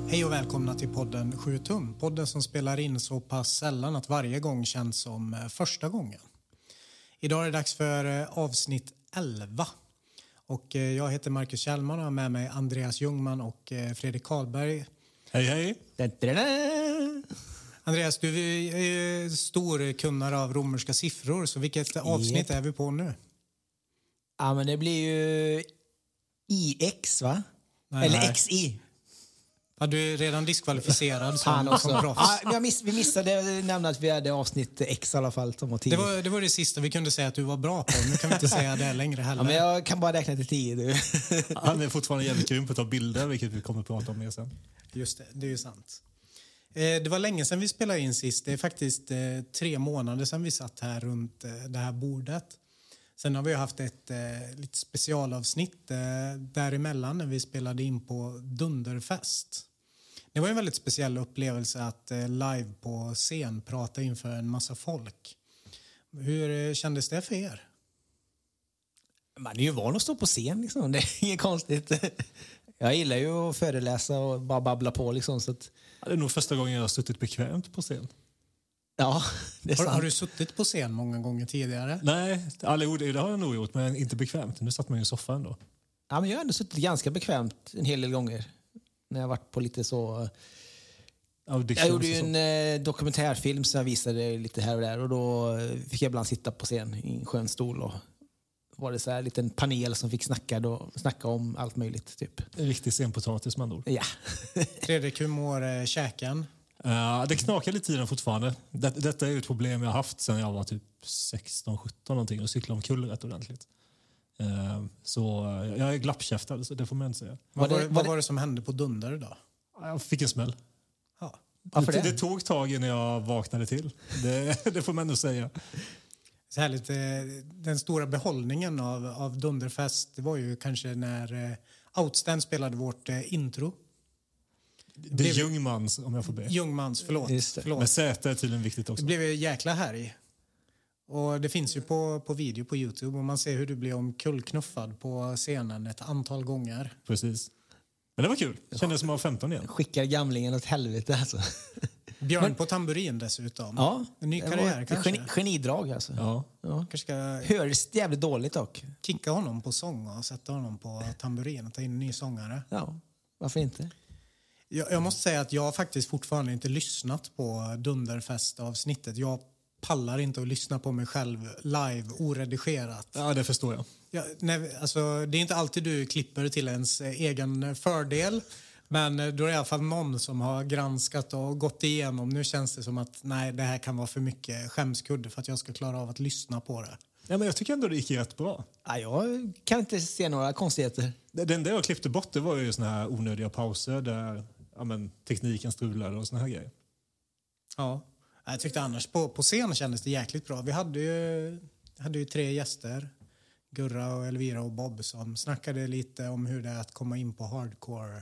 Hej och välkomna till podden 7 tum. Podden som spelar in så pass sällan att varje gång känns som första gången. Idag är det dags för avsnitt 11. Och jag heter Marcus Kjellman och har med mig Andreas Ljungman och Fredrik Karlberg. Hej, hej. Andreas, du är stor kunnare av romerska siffror, så vilket avsnitt är vi på nu? Ja, men det blir ju IX, va? Nej, Eller nej. XI. Ja, du är redan diskvalificerad Fan som också. proffs. Ja, vi missade nämna att vi hade avsnitt X i alla fall. Som var 10. Det var det sista vi kunde säga att du var bra på. Nu kan vi inte säga det längre heller. Ja, men jag kan bara räkna till 10 du. Han är fortfarande jävligt grym på att ta bilder, vilket vi kommer att prata om mer sen. Just det är ju sant. Det var länge sedan vi spelade in sist. Det är faktiskt 3 månader sedan vi satt här runt det här bordet. Sen har vi haft ett lite specialavsnitt däremellan när vi spelade in på Dunderfest. Det var en väldigt speciell upplevelse att live på scen prata inför en massa folk. Hur kändes det för er? Man är ju van att stå på scen liksom. Det är inget konstigt. Jag gillar ju att föreläsa och bara babbla på liksom, så att... Det är nog första gången jag har suttit bekvämt på scen. Ja, det är sant. Har du suttit på scen många gånger tidigare? Nej, det har jag nog gjort, men inte bekvämt. Nu satt man ju i soffan då. Ja, men jag har ändå suttit ganska bekvämt en hel del gånger. När jag varit på lite så... Jag gjorde ju en dokumentärfilm som jag visade lite här och där. Och då fick jag ibland sitta på scen i en skön stol. Och var det så här en liten panel som fick snacka om allt möjligt. Typ. En riktig scenpotatis med andra ord. Ja. Fredrik, hur mår käken? Det knakar lite i den fortfarande. Detta är ju ett problem jag har haft sedan jag var typ 16-17 någonting och cyklade omkull rätt ordentligt. Så jag är glappkäftad, så det får man inte säga. Vad var det som hände på Dunder då? Jag fick en smäll. Ja. Varför det? Det tog tag innan jag vaknade till. Det får man ändå säga. Så härligt, den stora behållningen av Dunderfest, det var ju kanske när Outstand spelade vårt intro. Det är Ljungmans, om jag får be. Ljungmans, förlåt. Men Z är tydligen viktigt också. Det blev ju jäkla härj. Och det finns ju på video på YouTube och man ser hur du blir omkullknuffad på scenen ett antal gånger. Precis. Men det var kul. Kändes som att jag var 15 igen. Skickar gamlingen åt helvete alltså. Björn på tamburin dessutom. Ja. En ny karriär kanske. Genidrag alltså. Ja. Kanske ska Hördes jävligt dåligt dock. kicka honom på sång och sätta honom på tamburin och ta in en ny sångare. Ja, varför inte? Jag måste säga att jag har faktiskt fortfarande inte lyssnat på Dunderfest-avsnittet. Jag pallar inte att lyssna på mig själv live, oredigerat. Ja, det förstår jag. Alltså, det är inte alltid du klipper till ens egen fördel. Men då är det i alla fall någon som har granskat och gått igenom. Nu känns det som att nej, det här kan vara för mycket skämskudde för att jag ska klara av att lyssna på det. Ja, men jag tycker ändå det gick rätt bra. Ja, jag kan inte se några konstigheter. Det enda jag klippte bort, det var ju såna här onödiga pauser där tekniken strulade och såna här grejer. Ja, jag tyckte annars på scen kändes det jäkligt bra. Vi hade ju 3 gäster. Gurra och Elvira och Bob som snackade lite om hur det är att komma in på hardcore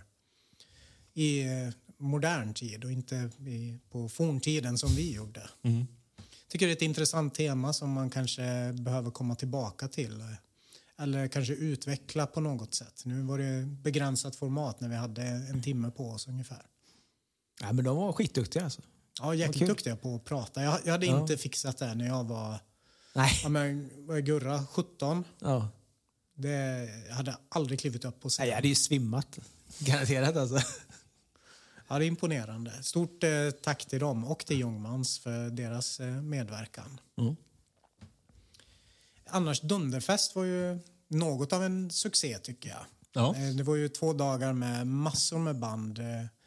i modern tid och inte på forntiden som vi gjorde. Mm. Tycker det är ett intressant tema som man kanske behöver komma tillbaka till. Eller kanske utveckla på något sätt. Nu var det begränsat format när vi hade en timme på oss ungefär. Ja, men de var skitduktiga alltså. Ja, jäkligt duktiga på att prata. Jag hade inte fixat det när jag var... Nej. Ja, men Gurra, 17. Ja. Jag hade aldrig klivit upp på scen. Nej, jag hade ju svimmat. Garanterat alltså. Ja, det är imponerande. Stort tack till dem och till Ljungmans för deras medverkan. Mm. Annars Dunderfest var ju något av en succé tycker jag. Ja. Det var ju 2 dagar med massor med band.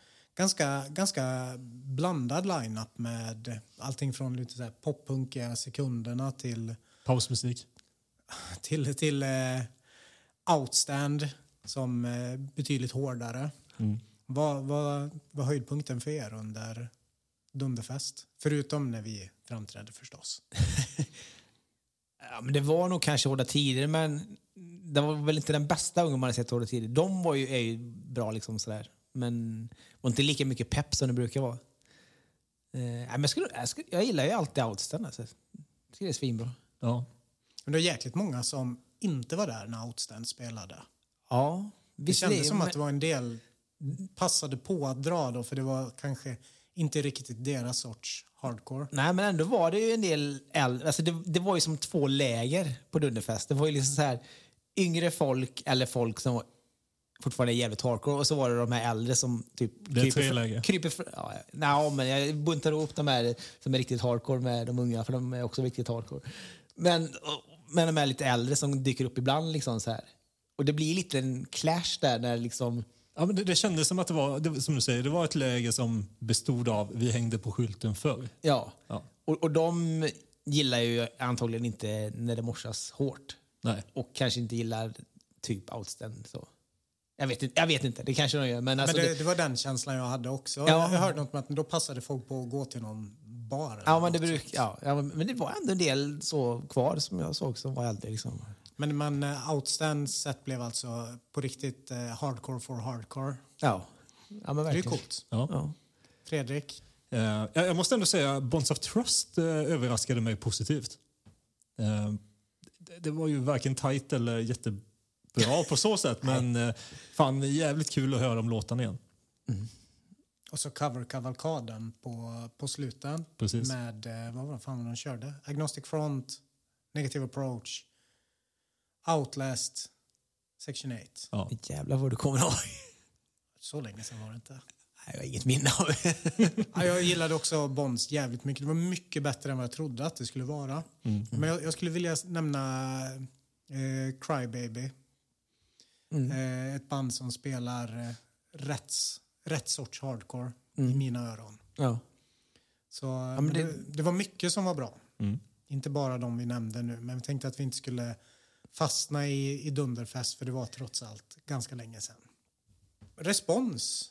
Ganska blandad line-up med allting från lite så här poppunkiga sekunderna till Pausmusik. till Outstand som betydligt hårdare. Mm. Vad var höjdpunkten för er under Dunderfest? Förutom när vi framträdde förstås. Ja, men det var nog kanske hårda tider, men det var väl inte den bästa ungen man hade sett hårda tider. De är ju bra liksom sådär. Men var inte lika mycket pepp som det brukar vara. Men jag gillar ju alltid Outstand. Alltså. Jag tycker det är svinbra. Ja. Men det är jäkligt många som inte var där när Outstand spelade. Ja. Det kändes som att det var en del passade på att dra då, för det var kanske inte riktigt deras sorts hardcore. Nej, men ändå var det ju en del alltså det var ju som 2 läger på Dunderfest. Det var ju liksom så här yngre folk eller folk som fortfarande är jävligt hardcore, och så var det de här äldre som typ det är 3 läger. Men jag buntar ihop de här som är riktigt hardcore med de unga, för de är också riktigt hardcore. Men de är lite äldre som dyker upp ibland liksom så här. Och det blir lite en clash där när liksom... Ja, men det kändes som att det var, som du säger, det var ett läge som bestod av vi hängde på skylten förr. Ja. Och de gillar ju antagligen inte när det morsas hårt. Nej. Och kanske inte gillar typ outstand så. Jag vet inte, det kanske de gör. Men alltså det var den känslan jag hade också. Ja. Jag hörde något om att då passade folk på att gå till någon bar. Ja, men men det var ändå en del så kvar som jag såg som var äldre liksom. Men outstand set blev alltså på riktigt hardcore for hardcore. Ja men verkligen. Det är coolt. Ja. Fredrik? Jag måste ändå säga Bonds of Trust överraskade mig positivt. Det var ju varken tajt eller jättebra på så sätt, men fan jävligt kul att höra de låtarna igen. Mm. Och så cover-kavalkaden på sluten. Precis. Med, vad var det fan de körde? Agnostic Front, Negative Approach, Outlast, Section 8. Ja. Jävlar vad du kommer ihåg. Så länge sedan var det inte. Nej, jag har inget minne av ja, jag gillade också Bonds jävligt mycket. Det var mycket bättre än vad jag trodde att det skulle vara. Men jag skulle vilja nämna Crybaby. Ett band som spelar rätt sorts hardcore i mina öron. Ja. Så det var mycket som var bra. Inte bara de vi nämnde nu, men vi tänkte att vi inte skulle fastna i Dunderfest, för det var trots allt ganska länge sedan. Respons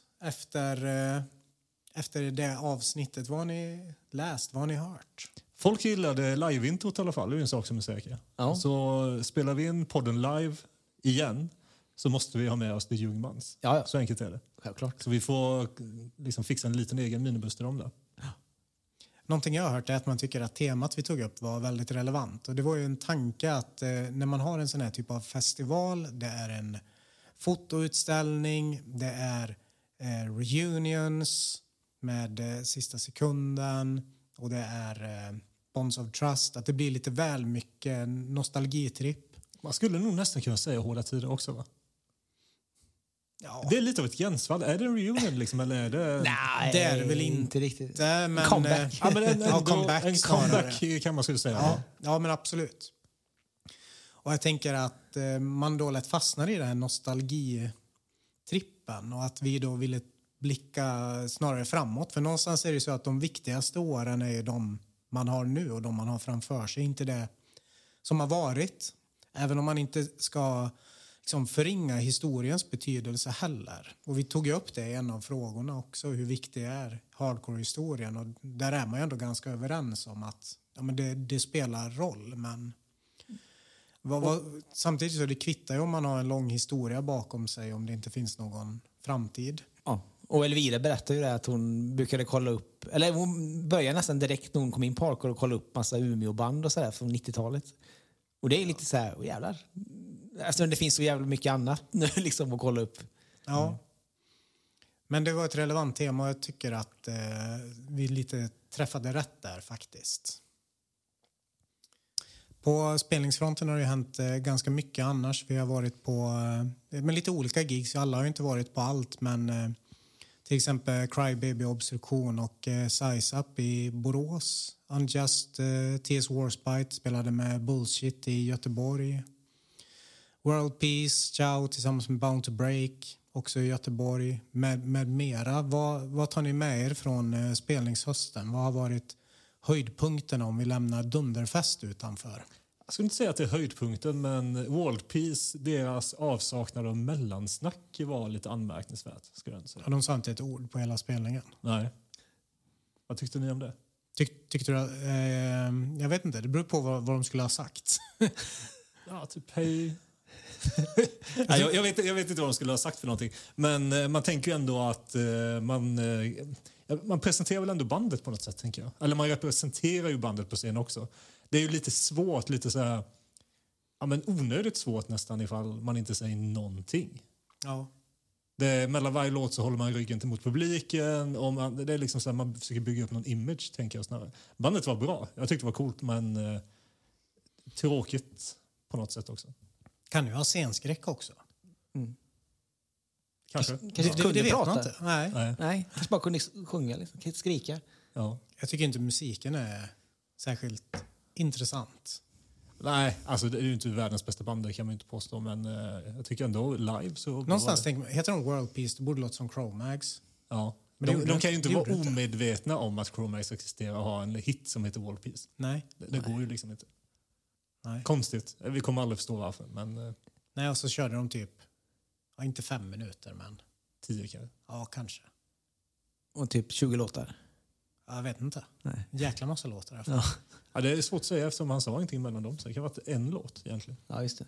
efter det avsnittet, vad har ni läst, vad har ni hört? Folk gillade live-introt i alla fall, det är en sak som är säker. Ja. Så spelar vi in podden live igen så måste vi ha med oss The Ljungmans. Ja. Så enkelt är det. Självklart. Så vi får liksom fixa en liten egen minibuss till dem där. Någonting jag har hört är att man tycker att temat vi tog upp var väldigt relevant. Och det var ju en tanke att när man har en sån här typ av festival, det är en fotoutställning, det är reunions med sista sekunden och det är Bonds of Trust, att det blir lite väl mycket nostalgitripp. Man skulle nog nästan kunna säga hårda tider också, va? Ja. Det är lite av ett gensvall. Är det en reunion liksom, eller är det... Nej, det är det väl inte riktigt. Men, comeback. Ja, men en comeback kan man skulle säga. Ja, men absolut. Och jag tänker att man då lätt fastnar i den här nostalgitrippen och att vi då ville blicka snarare framåt. För någonstans är det så att de viktigaste åren är de man har nu och de man har framför sig. Inte det som har varit. Även om man inte ska liksom förringa historiens betydelse heller. Och vi tog ju upp det i en av frågorna också, hur viktig är hardcore-historien. Och där är man ju ändå ganska överens om att men det spelar roll. Men samtidigt så det kvittar ju om man har en lång historia bakom sig om det inte finns någon framtid. Ja. Och Elvira berättade ju det att hon brukade kolla upp, eller hon började nästan direkt när hon kom in på hardcore och kolla upp massa Umeå-band och sådär från 90-talet. Och det är lite så här, jävlar. Alltså det finns så jävla mycket annat nu liksom att kolla upp. Ja. Men det var ett relevant tema och jag tycker att vi lite träffade rätt där faktiskt. På spelningsfronten har det hänt ganska mycket annars. Vi har varit på med lite olika gigs. Alla har ju inte varit på allt, men till exempel Crybaby Obstruktion och Size Up i Borås. Unjust, T.S. Warspite spelade med Bullshit i Göteborg. World Peace, Ciao tillsammans med Bound to Break, också i Göteborg, med mera. Vad tar ni med er från spelningshösten? Vad har varit höjdpunkterna om vi lämnar Dunderfest utanför? Jag skulle inte säga att det är höjdpunkten, men World Peace, deras avsaknad av mellansnack var lite anmärkningsvärt. Skulle jag säga. Ja, de sa inte ett ord på hela spelningen. Nej. Vad tyckte ni om det? Tyckte du jag vet inte, det beror på vad de skulle ha sagt. Ja, typ hej. jag vet inte vad de skulle ha sagt för någonting. Men man tänker ju ändå att man presenterar väl ändå bandet på något sätt, tänker jag. Eller man representerar ju bandet på scen också. Det är ju lite svårt, lite så här, ja, men onödigt svårt nästan ifall man inte säger någonting. Ja. Mellan varje låt så håller man ryggen mot publiken. Och det är liksom så här, man försöker bygga upp någon image, tänker jag snarare. Bandet var bra. Jag tyckte det var coolt, men tråkigt på något sätt också. Kan du ha scenskräck också? Kanske. Kanske det vet prata. man inte. Nej, kanske bara kunde sjunga, liksom. Skrika. Ja. Jag tycker inte musiken är särskilt intressant. Nej, alltså det är ju inte världens bästa band, det kan man inte påstå, men jag tycker ändå live så... Någonstans tänker man, heter de World Peace, det borde låta som Cro-Mags. Ja. Men De kan ju inte vara omedvetna om att Cro-Mags existerar och ha en hit som heter World Peace. Nej. Det går ju liksom inte. Nej. Konstigt. Vi kommer aldrig förstå varför, men... Nej, och så körde de typ, inte 5 minuter, men... 10 kanske. Ja, kanske. Och typ 20 låtar. Jag vet inte. Nej. Jäkla massa låtar. Ja. Ja, det är svårt att säga eftersom han sa ingenting mellan dem. Så det kan ha varit en låt egentligen. Ja, just det.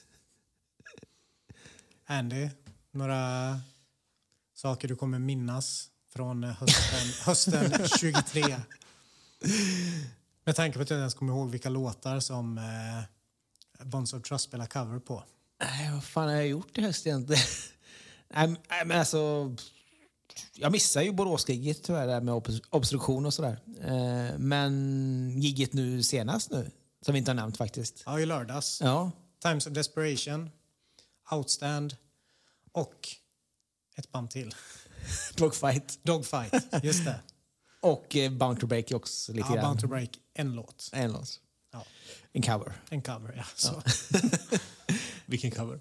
Andy, några saker du kommer minnas från hösten 23? Med tanke på att jag inte ens kommer ihåg vilka låtar som Bonds of Trust spelar cover på. Nej, vad fan har jag gjort i höst egentligen? Nej, men alltså... Jag missar ju Borås-gigget tyvärr där med obstruktion och sådär. Men gigget nu senast nu, som vi inte har nämnt faktiskt. Ja, i lördags. Ja. Times of Desperation, Outstand och ett band till. Dogfight. Dogfight, just det. Och Bound to Break också lite grann. Bound to Break, en låt. En låt. Ja. En cover. En cover, ja. Så. Vilken cover?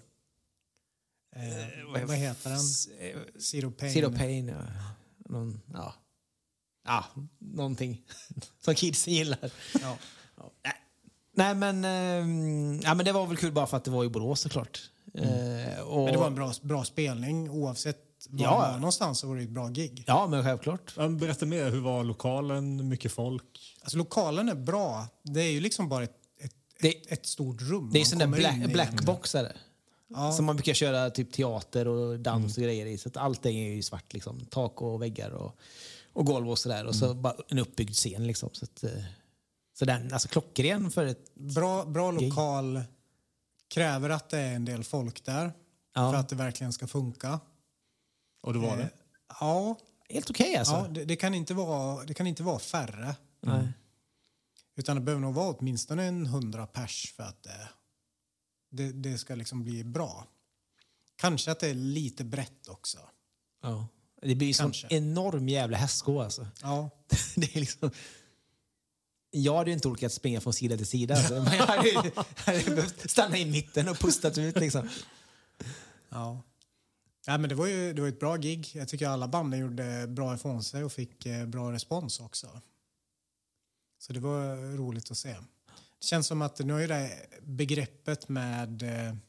Vad heter den? Zero Pain. Zero Pain, ja. Någonting som kidsen gillar. Ja. Nej, men det var väl kul bara för att det var i Borås såklart. Men det var en bra spelning oavsett var det var någonstans, så var det ett bra gig. Ja, men självklart. Berätta mer, hur var lokalen? Mycket folk? Alltså lokalen är bra. Det är ju liksom bara ett stort rum. Det är sån där blackbox är det. Ja. Som man brukar köra typ teater och dans och grejer i. Så att allting är ju svart liksom. Tak och väggar och golv och sådär. Och så bara en uppbyggd scen liksom. Så den, alltså klockren för ett bra lokal. Kräver att det är en del folk där. Ja. För att det verkligen ska funka. Och det var det? Ja. Helt okej alltså. Ja, det kan inte vara färre. Nej. Utan det behöver nog vara åtminstone 100 pers för att det ska liksom bli bra. Kanske att det är lite brett också. Ja. Det blir ju sån enorm jävla hästsko alltså. Ja. Det är liksom... Jag hade ju inte orkat springa från sida till sida. Alltså. Men jag hade behövt stanna i mitten och pustat ut liksom. Ja. Ja, men det var ett bra gig. Jag tycker alla banden gjorde bra ifrån sig och fick bra respons också. Så det var roligt att se. Det känns som att nu är det begreppet med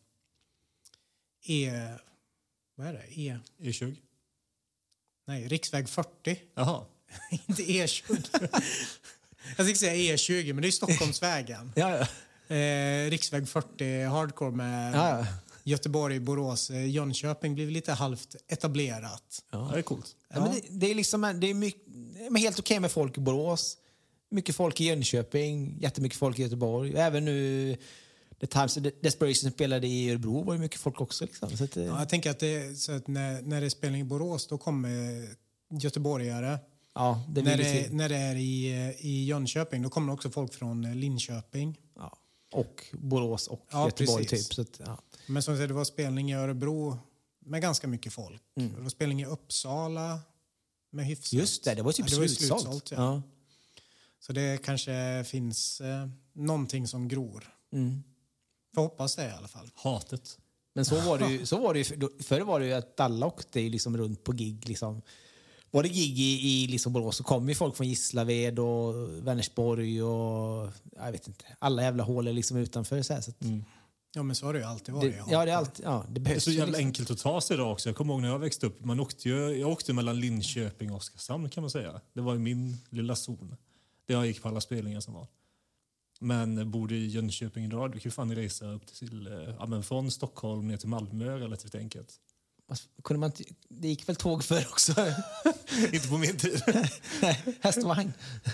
E20? Nej, riksväg 40. Jaha. Inte E20. Jag ska säga E20, men det är Stockholmsvägen. Ja. Riksväg 40 hardcore med Göteborg, Borås, Jönköping blir lite halvt etablerat. Ja, det är coolt. Ja. Men det är liksom det är mycket, helt okej med folk i Borås. Mycket folk i Jönköping, jättemycket folk i Göteborg. Även nu The Times of Desperation spelade i Örebro var det mycket folk också. Liksom. Så att, jag tänker att, när det är spelning i Borås då kommer göteborgare. Ja, när det är i Jönköping då kommer också folk från Linköping. Ja. Och Borås och Göteborg precis. Typ. Så att, ja. Men som sagt, det var spelning i Örebro med ganska mycket folk. Det var spelning i Uppsala med hyfsat. Just det var typ slutsålt. Ja. Så det kanske finns någonting som gror. Får hoppas det i alla fall. Hatet. Men så var det ju förr var det ju att alla åkte liksom runt på gig liksom. Var det gig i liksom Borås så kom ju folk från Gislaved och Vänersborg och jag vet inte. Alla jävla hål är liksom utanför så här, så att, Ja, men så har det ju alltid varit. Det är alltid, det behövs. Det är så jävla liksom enkelt att ta sig idag också. Jag kommer ihåg när jag växte upp. Jag åkte mellan Linköping och Oskarshamn kan man säga. Det var ju min lilla zon. Där jag gick på alla spelningar som var. Men bor du i Jönköping idag, du kan ju fan resa upp till, från Stockholm ner till Malmö relativt enkelt. Kunde man inte, det gick väl tåg för också? Inte på min tid. Nej, hästvagn.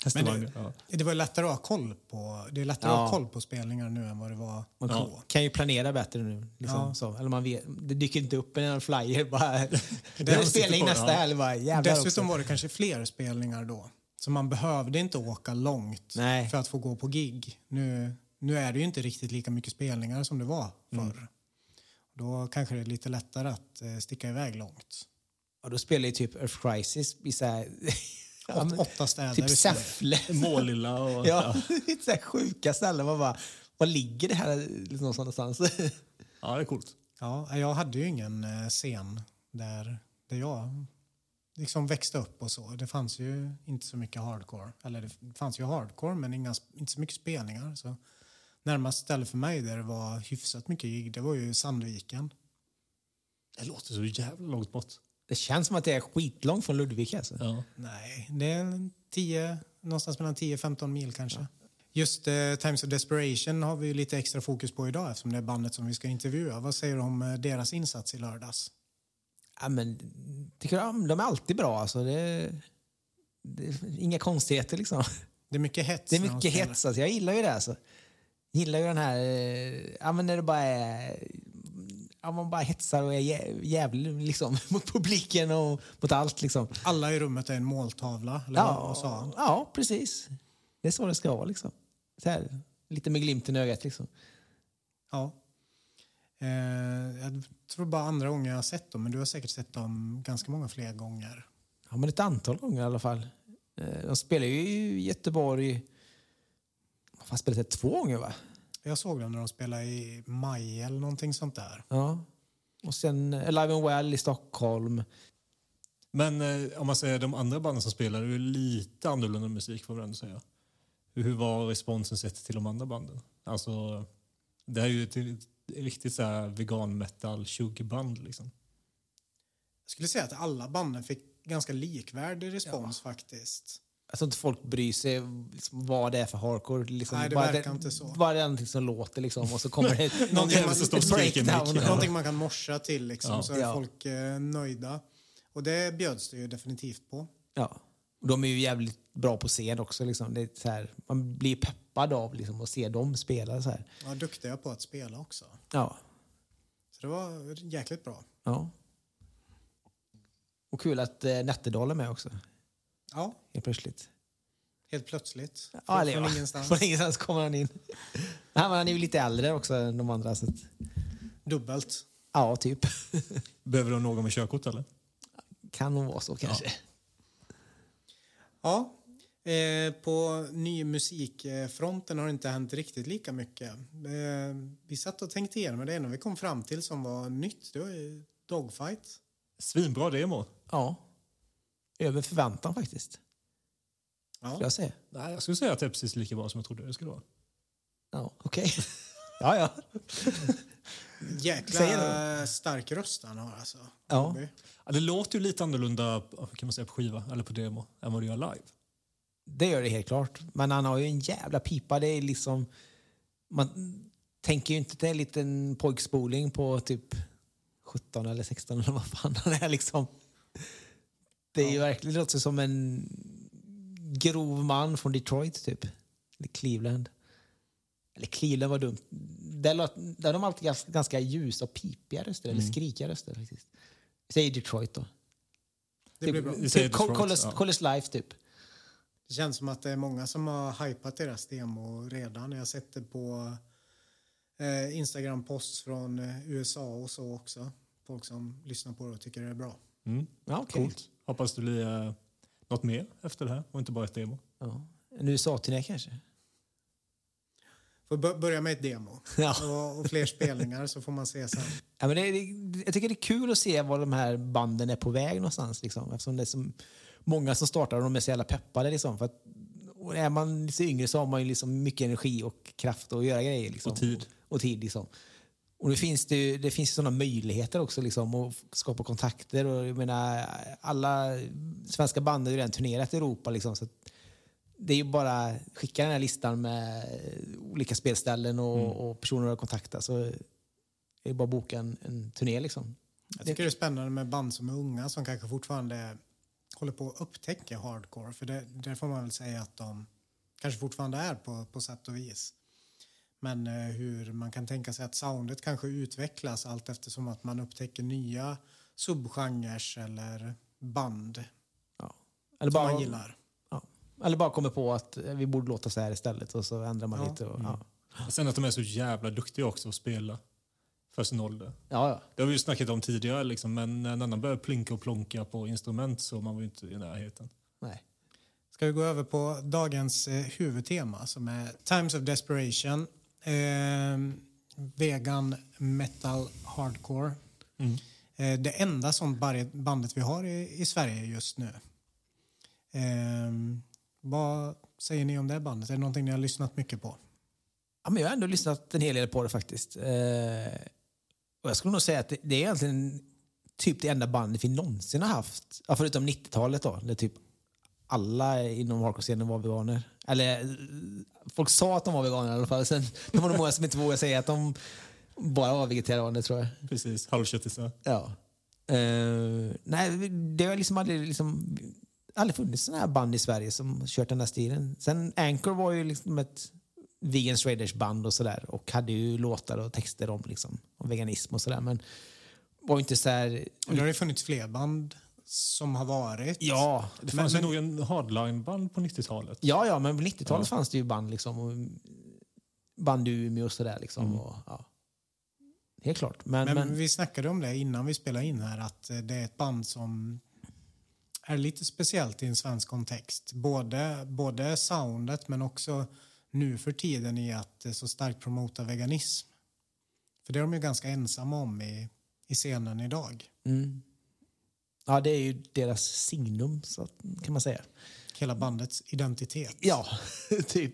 Men det var lättare att ha koll på. Det är lättare att ha koll på spelningar nu än vad det var då. Kan ju planera bättre nu. Liksom, så. Eller man vet, det dyker inte upp en flyer. Bara, det är spelning nästa helg. Dessutom var det kanske fler spelningar då. Så man behövde inte åka långt för att få gå på gig. Nu är det ju inte riktigt lika mycket spelningar som det var förr. Då kanske det är lite lättare att sticka iväg långt. Ja, då spelar ju typ Earth Crisis i så här... 8 städer. Typ Säffle. Målilla och... lite så här sjuka ställen. Man bara, vad ligger det här någonstans? Ja, det är coolt. Ja, jag hade ju ingen scen där jag liksom växte upp och så. Det fanns ju inte så mycket hardcore. Eller det fanns ju hardcore, men inte så mycket spelningar. Så närmast ställe för mig där det var hyfsat mycket gig, det var ju Sandviken. Det låter så jävla långt bort. Det känns som att det är skitlångt från Ludvika. Alltså. Ja. Nej, det är någonstans mellan 10-15 mil kanske. Ja. Just Times of Desperation har vi ju lite extra fokus på idag eftersom det är bandet som vi ska intervjua. Vad säger du om deras insats i lördags? Ja, men tycker jag, de är alltid bra. Alltså. Det är inga konstigheter liksom. Det är mycket hets. Det är mycket hets. Alltså. Jag gillar ju det. Alltså. Jag gillar ju den här... Ja, men när det bara är... Ja, man bara hetsar och är jävlig liksom, mot publiken och mot allt. Liksom. Alla i rummet är en måltavla. Eller vad sa han? Ja, precis. Det är så det ska vara. Liksom. Så här, lite med glimten i ögat. Liksom. Ja. Jag tror bara andra gånger jag har sett dem. Men du har säkert sett dem ganska många fler gånger. Ja, men ett antal gånger i alla fall. De spelar ju i Göteborg. Man spelat det 2 gånger, va? Jag såg dem när de spelade i maj eller någonting sånt där. Ja. Och sen Alive and Well i Stockholm. Men om man säger de andra banden som spelar, är ju lite annorlunda musik får man ändå säga. Hur var responsen sett till de andra banden? Alltså, det är ju ett riktigt så här vegan metal band liksom. Jag skulle säga att alla banden fick ganska likvärdig respons faktiskt. Alltså inte folk bryr sig liksom, vad det är för hardcore. Liksom, nej, det verkar inte så. Bara det är någonting som låter liksom, och så kommer det ett någonting man kan morsa till liksom, så är folk nöjda. Och det bjöds det ju definitivt på. Ja, och de är ju jävligt bra på scen också. Liksom. Det är så här, man blir peppad av liksom, att se dem spela. Så här. Ja, duktiga på att spela också. Ja. Så det var jäkligt bra. Ja. Och kul att Nätterdal är med också. Ja. Helt plötsligt. Helt plötsligt. Ja, från ingenstans. Från ingenstans kommer han in. Han är ju lite äldre också än de andra. Så att... Dubbelt. Ja, typ. Behöver de någon med körkort eller? Kan nog vara så kanske. Ja. På ny musikfronten har det inte hänt riktigt lika mycket. Vi satt och tänkte igenom det ena vi kom fram till som var nytt. Det var Dogfight. Svinbra demo. Ja. Över förväntan faktiskt. Ja. Skulle jag säga. Nej, jag skulle säga att det är precis lika bra som jag trodde det skulle vara. Ja, okej. Ja. Jäkla stark röst han har alltså. Ja. Det låter ju lite annorlunda kan man säga, på skiva eller på demo än vad det gör live. Det gör det helt klart. Men han har ju en jävla pipa. Det är liksom... Man tänker ju inte till en liten pojkspoling på typ 17 eller 16 eller vad fan han är liksom. Det är ju verkligen, det låter som en grov man från Detroit typ. Eller Cleveland. Eller Cleveland var dumt. Där är de alltid ganska ljusa och pipiga röster. Eller skrikiga röster faktiskt. Säg Detroit då. Det typ, blir bra. Typ Colors Life typ. Det känns som att det är många som har hypat deras demo redan. Jag har sett det på Instagram-posts från USA och så också. Folk som lyssnar på det och tycker det är bra. Ja, okay. Coolt. Hoppas det blir något mer efter det här och inte bara ett demo. Ja. En USA-turné kanske? Får börja med ett demo. Och fler spelningar så får man se sen. Ja, men jag tycker det är kul att se var de här banden är på väg någonstans. Liksom, eftersom det är så många som startar och de är så jävla peppade. Liksom, för att, och är man lite yngre så har man ju liksom mycket energi och kraft att göra grejer. Liksom, och tid liksom. Och det finns sådana möjligheter också liksom, att skapa kontakter. Och jag menar, alla svenska band är ju redan turnerat i Europa. Liksom, så det är ju bara skicka den här listan med olika spelställen och personer att kontakta. Så är det bara att boka en turné. Liksom. Jag tycker det är spännande med band som är unga som kanske fortfarande håller på att upptäcka hardcore. För det får man väl säga att de kanske fortfarande är på sätt och vis. Men hur man kan tänka sig att soundet kanske utvecklas allt eftersom att man upptäcker nya subgenrer eller band eller bara, som man gillar. Ja. Eller bara kommer på att vi borde låta så här istället och så ändrar man lite. Och, Sen att de är så jävla duktiga också att spela för sin ålder. Ja. Det har vi ju snackat om tidigare, liksom, men när en annan börjar plinka och plonka på instrument så man var ju inte i närheten. Nej. Ska vi gå över på dagens huvudtema som är Times of Desperation. Vegan metal hardcore. Det enda sånt bandet vi har i Sverige just nu. Vad säger ni om det bandet? Är det någonting ni har lyssnat mycket på? Ja, men jag har ändå lyssnat en hel del på det faktiskt. Och jag skulle nog säga att det är egentligen typ det enda bandet vi någonsin har haft. Ja, förutom 90-talet då. Det typ alla inom hardcore-scenen var veganer. Eller folk sa att de var veganer i alla fall. Sen det var det många som inte vågade säga att de bara var vegetarianer, tror jag. Precis, halvköttisar. Ja. Nej, det har aldrig funnits sådana här band i Sverige som kört den här stilen. Sen Anchor var ju liksom ett vegan straight band och sådär. Och hade ju låtar och texter om veganism och sådär. Men var ju inte så här... Och det har ju funnits fler band som har varit. Ja. Det fanns ju nog en hardline-band på 90-talet. Ja, men på 90-talet fanns det ju band liksom. Och band Umeå och sådär liksom. Och, helt klart. Men vi snackade om det innan vi spelade in här. Att det är ett band som är lite speciellt i en svensk kontext. Både soundet men också nu för tiden i att så starkt promota veganism. För det är de ju ganska ensamma om i scenen idag. Ja, det är ju deras signum, så kan man säga. Hela bandets identitet. Ja, typ.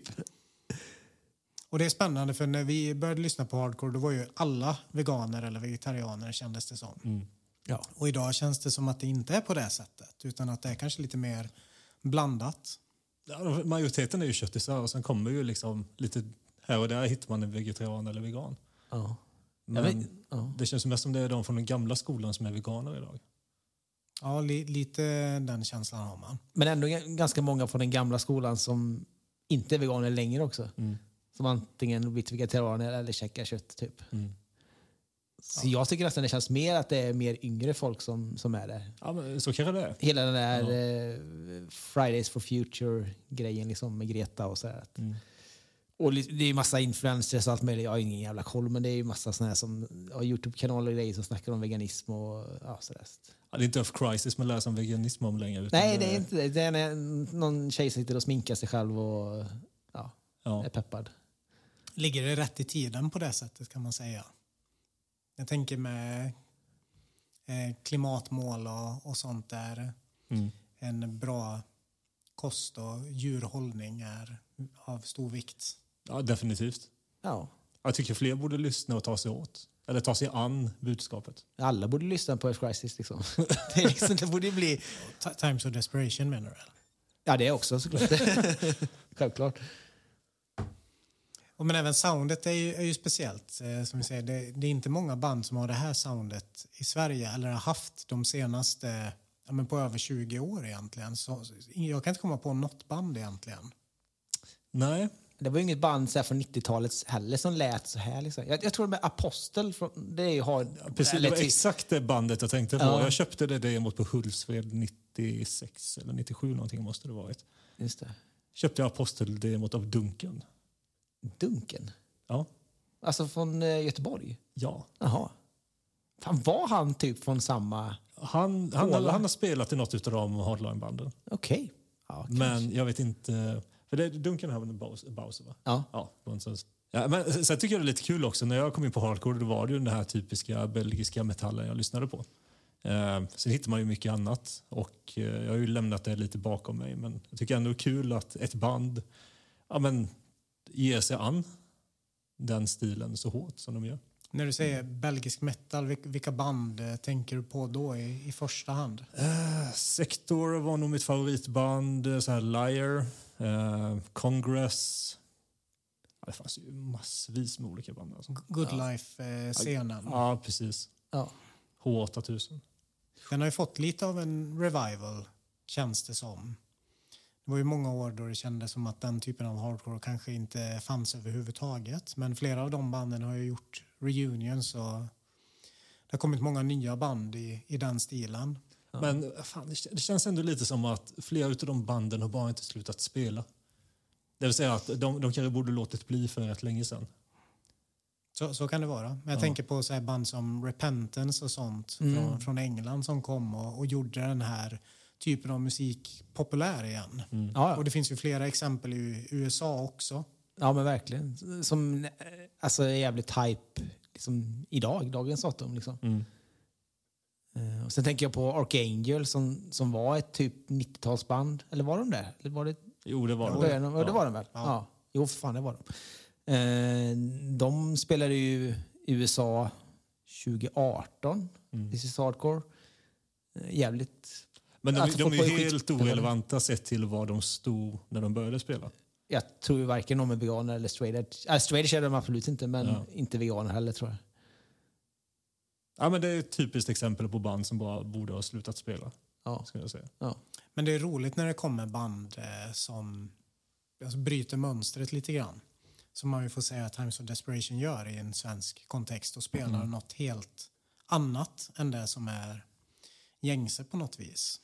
Och det är spännande för när vi började lyssna på hardcore då var ju alla veganer eller vegetarianer kändes det som. Ja. Och idag känns det som att det inte är på det sättet utan att det är kanske lite mer blandat. Ja, majoriteten är ju köttisar och sen kommer ju liksom lite här och där hittar man en vegetarian eller vegan. Ja. Men det känns mest som det är de från den gamla skolan som är veganer idag. Ja, lite den känslan har man. Men ändå ganska många från den gamla skolan som inte är veganer längre också. Som antingen blivit vegetarianer eller käkar kött typ. Så jag tycker nästan det känns mer att det är mer yngre folk som är det. Ja, men så kanske det är. Hela den där Fridays for Future-grejen liksom med Greta och sådär. Och det är ju massa influencers och allt möjligt. Jag har ingen jävla koll, men det är ju massa sådana här som har YouTube-kanaler och grejer som snackar om veganism och sådär. Ja, det är inte Earth Crisis man läser om veganism om längre. Nej, det är inte det. Det är någon tjej som sitter och sminkar sig själv och är peppad. Ligger det rätt i tiden på det sättet kan man säga? Jag tänker med klimatmål och sånt där. En bra kost och djurhållning är av stor vikt. Ja, definitivt. Ja. Jag tycker fler borde lyssna och ta sig åt. Eller ta sig an budskapet. Alla borde lyssna på Earth Crisis liksom. Det borde bli... Times of Desperation menar du? Ja, det är också såklart. Självklart. Men även soundet är ju speciellt. Som vi säger, det är inte många band som har det här soundet i Sverige eller har haft de senaste på över 20 år egentligen. Så jag kan inte komma på något band egentligen. Nej. Det var ju inget band så här från 90-talet heller som lät så här. Liksom. Jag tror med Apostel, det är ju precis, det var exakt det bandet jag tänkte på. Ja. Jag köpte det demot på Hultsfred 96 eller 97 någonting måste det varit. Just det. Köpte jag Apostel-demot av Duncan. Duncan? Ja. Alltså från Göteborg? Ja. Jaha. Fan, var han typ från samma... Han har spelat i något av de hardline-banden. Okej. Ja, men jag vet inte... För det, Duncan har en Bowser, va? Ja. Ja, men sen tycker jag det är lite kul också. När jag kom in på hardcore då var det ju den här typiska belgiska metallen jag lyssnade på. Sen hittar man ju mycket annat. Och jag har ju lämnat det lite bakom mig. Men jag tycker ändå det är kul att ett band ger sig an den stilen så hårt som de gör. När du säger belgisk metal, vilka band tänker du på då i första hand? Sector var nog mitt favoritband. Så här Liar, Congress. Ja, det fanns ju massvis med olika band. Alltså. Good Life-scenen. Ja, precis. Ja. H8000. Den har ju fått lite av en revival känns det som. Det var ju många år då det kändes som att den typen av hardcore kanske inte fanns överhuvudtaget. Men flera av de banden har ju gjort reunions och det har kommit många nya band i den stilen. Ja. Men fan, det känns ändå lite som att flera av de banden har bara inte slutat spela. Det vill säga att de kanske borde låtit bli för rätt länge sedan. Så kan det vara. Men jag tänker på så här band som Repentance och sånt från England som kom och gjorde den här typen av musik populär igen. Och det finns ju flera exempel i USA också. Ja, men verkligen. Som alltså är jävligt hype liksom, dagens datum. Liksom. Och sen tänker jag på Archangel som var ett typ 90-talsband. Eller var de där? Eller var det... Jo, det var de. Det var de väl? Ja. Jo, för fan, det var de. De spelade ju i USA 2018. This is hardcore. Jävligt... Men de är helt orelevanta sett till vad de stod när de började spela. Jag tror ju varken de är veganer eller straight edge. Straight edge är de absolut inte, men inte veganer heller, tror jag. Ja, men det är ett typiskt exempel på band som bara borde ha slutat spela. Ska jag säga. Ja. Men det är roligt när det kommer band som alltså, bryter mönstret lite grann. Som man ju får säga att Times of Desperation gör i en svensk kontext och spelar något helt annat än det som är gängse på något vis.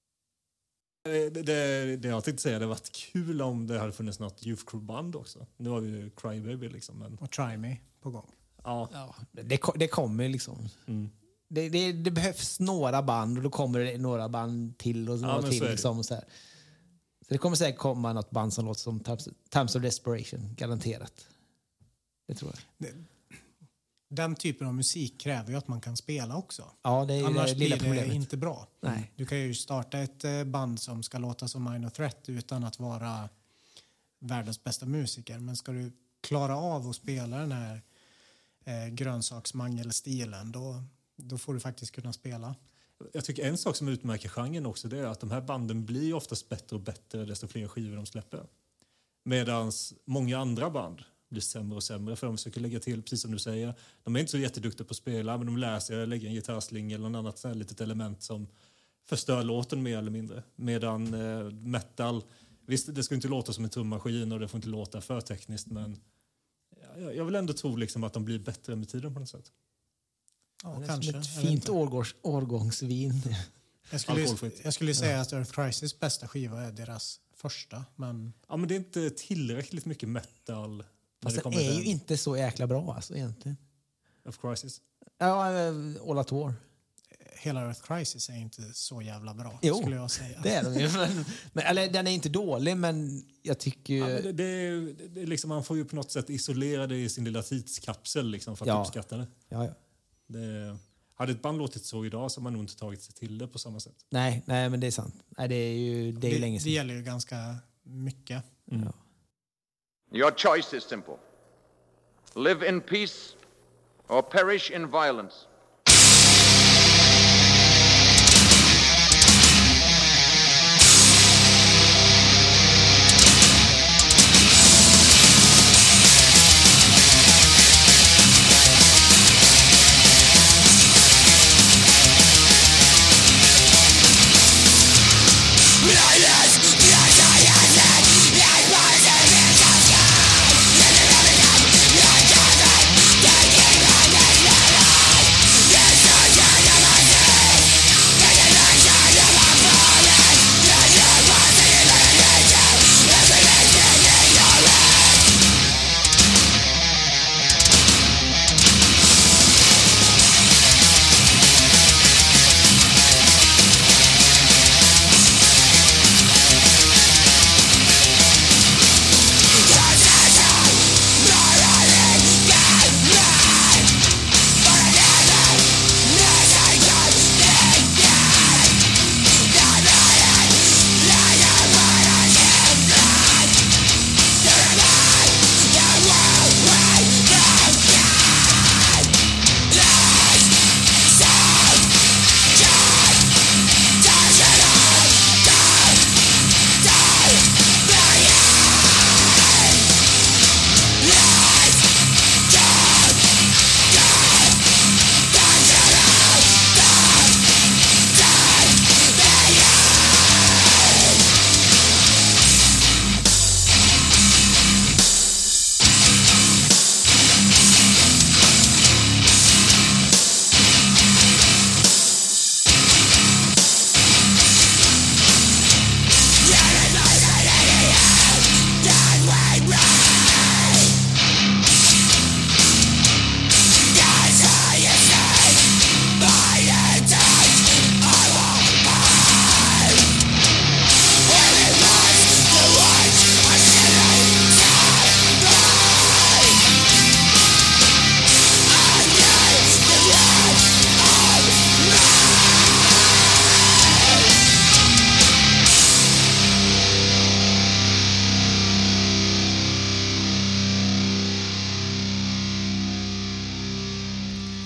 Det jag tänkte säga, det hade varit kul om det hade funnits något Youth Crew-band också. Nu har vi ju Crybaby liksom. Men... Och Try Me på gång. Ja, det kommer liksom. Det behövs några band och då kommer det några band till och några till. Liksom, så det kommer säkert komma något band som låter som Times of Desperation, garanterat. Det tror jag. Den typen av musik kräver ju att man kan spela också. Ja, det är annars det lilla blir det problemet. inte bra. Nej. Du kan ju starta ett band som ska låta som Minor Threat utan att vara världens bästa musiker. Men ska du klara av att spela den här grönsaksmangelstilen, då får du faktiskt kunna spela. Jag tycker en sak som utmärker genren också, det är att de här banden blir oftast bättre och bättre desto fler skivor de släpper. Medan många andra band blir sämre och sämre för de försöker lägga till, precis som du säger. De är inte så jätteduktiga på att spela, men de lär sig att lägga en gitarrsling eller något annat så här litet element som förstör låten mer eller mindre. Medan metal, visst det ska inte låta som en trummaskin och det får inte låta för tekniskt, men jag vill ändå tro liksom att de blir bättre med tiden på något sätt. Ja, det är kanske. som ett fint årgångsvin. Jag skulle säga att Earth Crisis bästa skiva är deras första. Men... Ja, men det är inte tillräckligt mycket metal. Fast det är ju inte så jäkla bra alltså, egentligen. Earth Crisis? Ja, All Out War. Hela Earth Crisis är inte så jävla bra, skulle jag säga. Det är de ju. Eller den är inte dålig, men jag tycker ju... Ja, det är liksom, man får ju på något sätt isolera det i sin lilla tidskapsel liksom, för att uppskatta det. Ja. Hade ett band låtit så idag så har man nog inte tagit sig till det på samma sätt. Nej, men det är sant. Nej, det är ju länge sedan. Det gäller ju ganska mycket. Ja. Your choice is simple. Live in peace or perish in violence.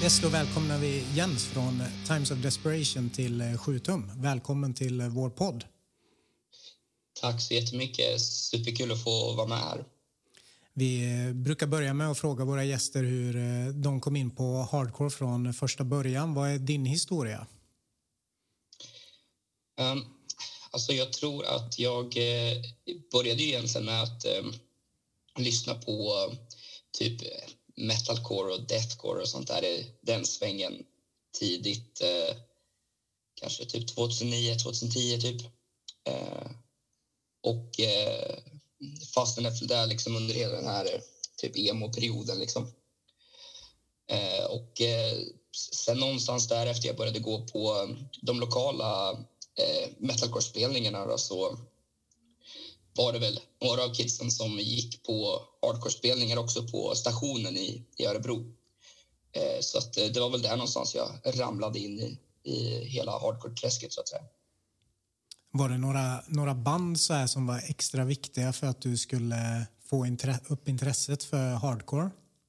Yes, då välkomnar vi Jens från Times of Desperation till 7 tum. Välkommen till vår podd. Tack så jättemycket. Superkul att få vara med här. Vi brukar börja med att fråga våra gäster hur de kom in på hardcore från första början. Vad är din historia? Alltså jag tror att jag började ju egentligen med att lyssna på typ metalcore och deathcore och sånt där i den svängen tidigt, kanske typ 2009, 2010 typ. Och fastnade efter det liksom under hela den här typ emo-perioden liksom. Och sen någonstans därefter jag började gå på de lokala metalcore-spelningarna då, så var det väl några av kidsen som gick på hardcore-spelningar också på stationen i Örebro. Så att det var väl där någonstans jag ramlade in i hela hardcore-träsket så att säga. Var det några band så här som var extra viktiga för att du skulle få upp intresset för hardcore?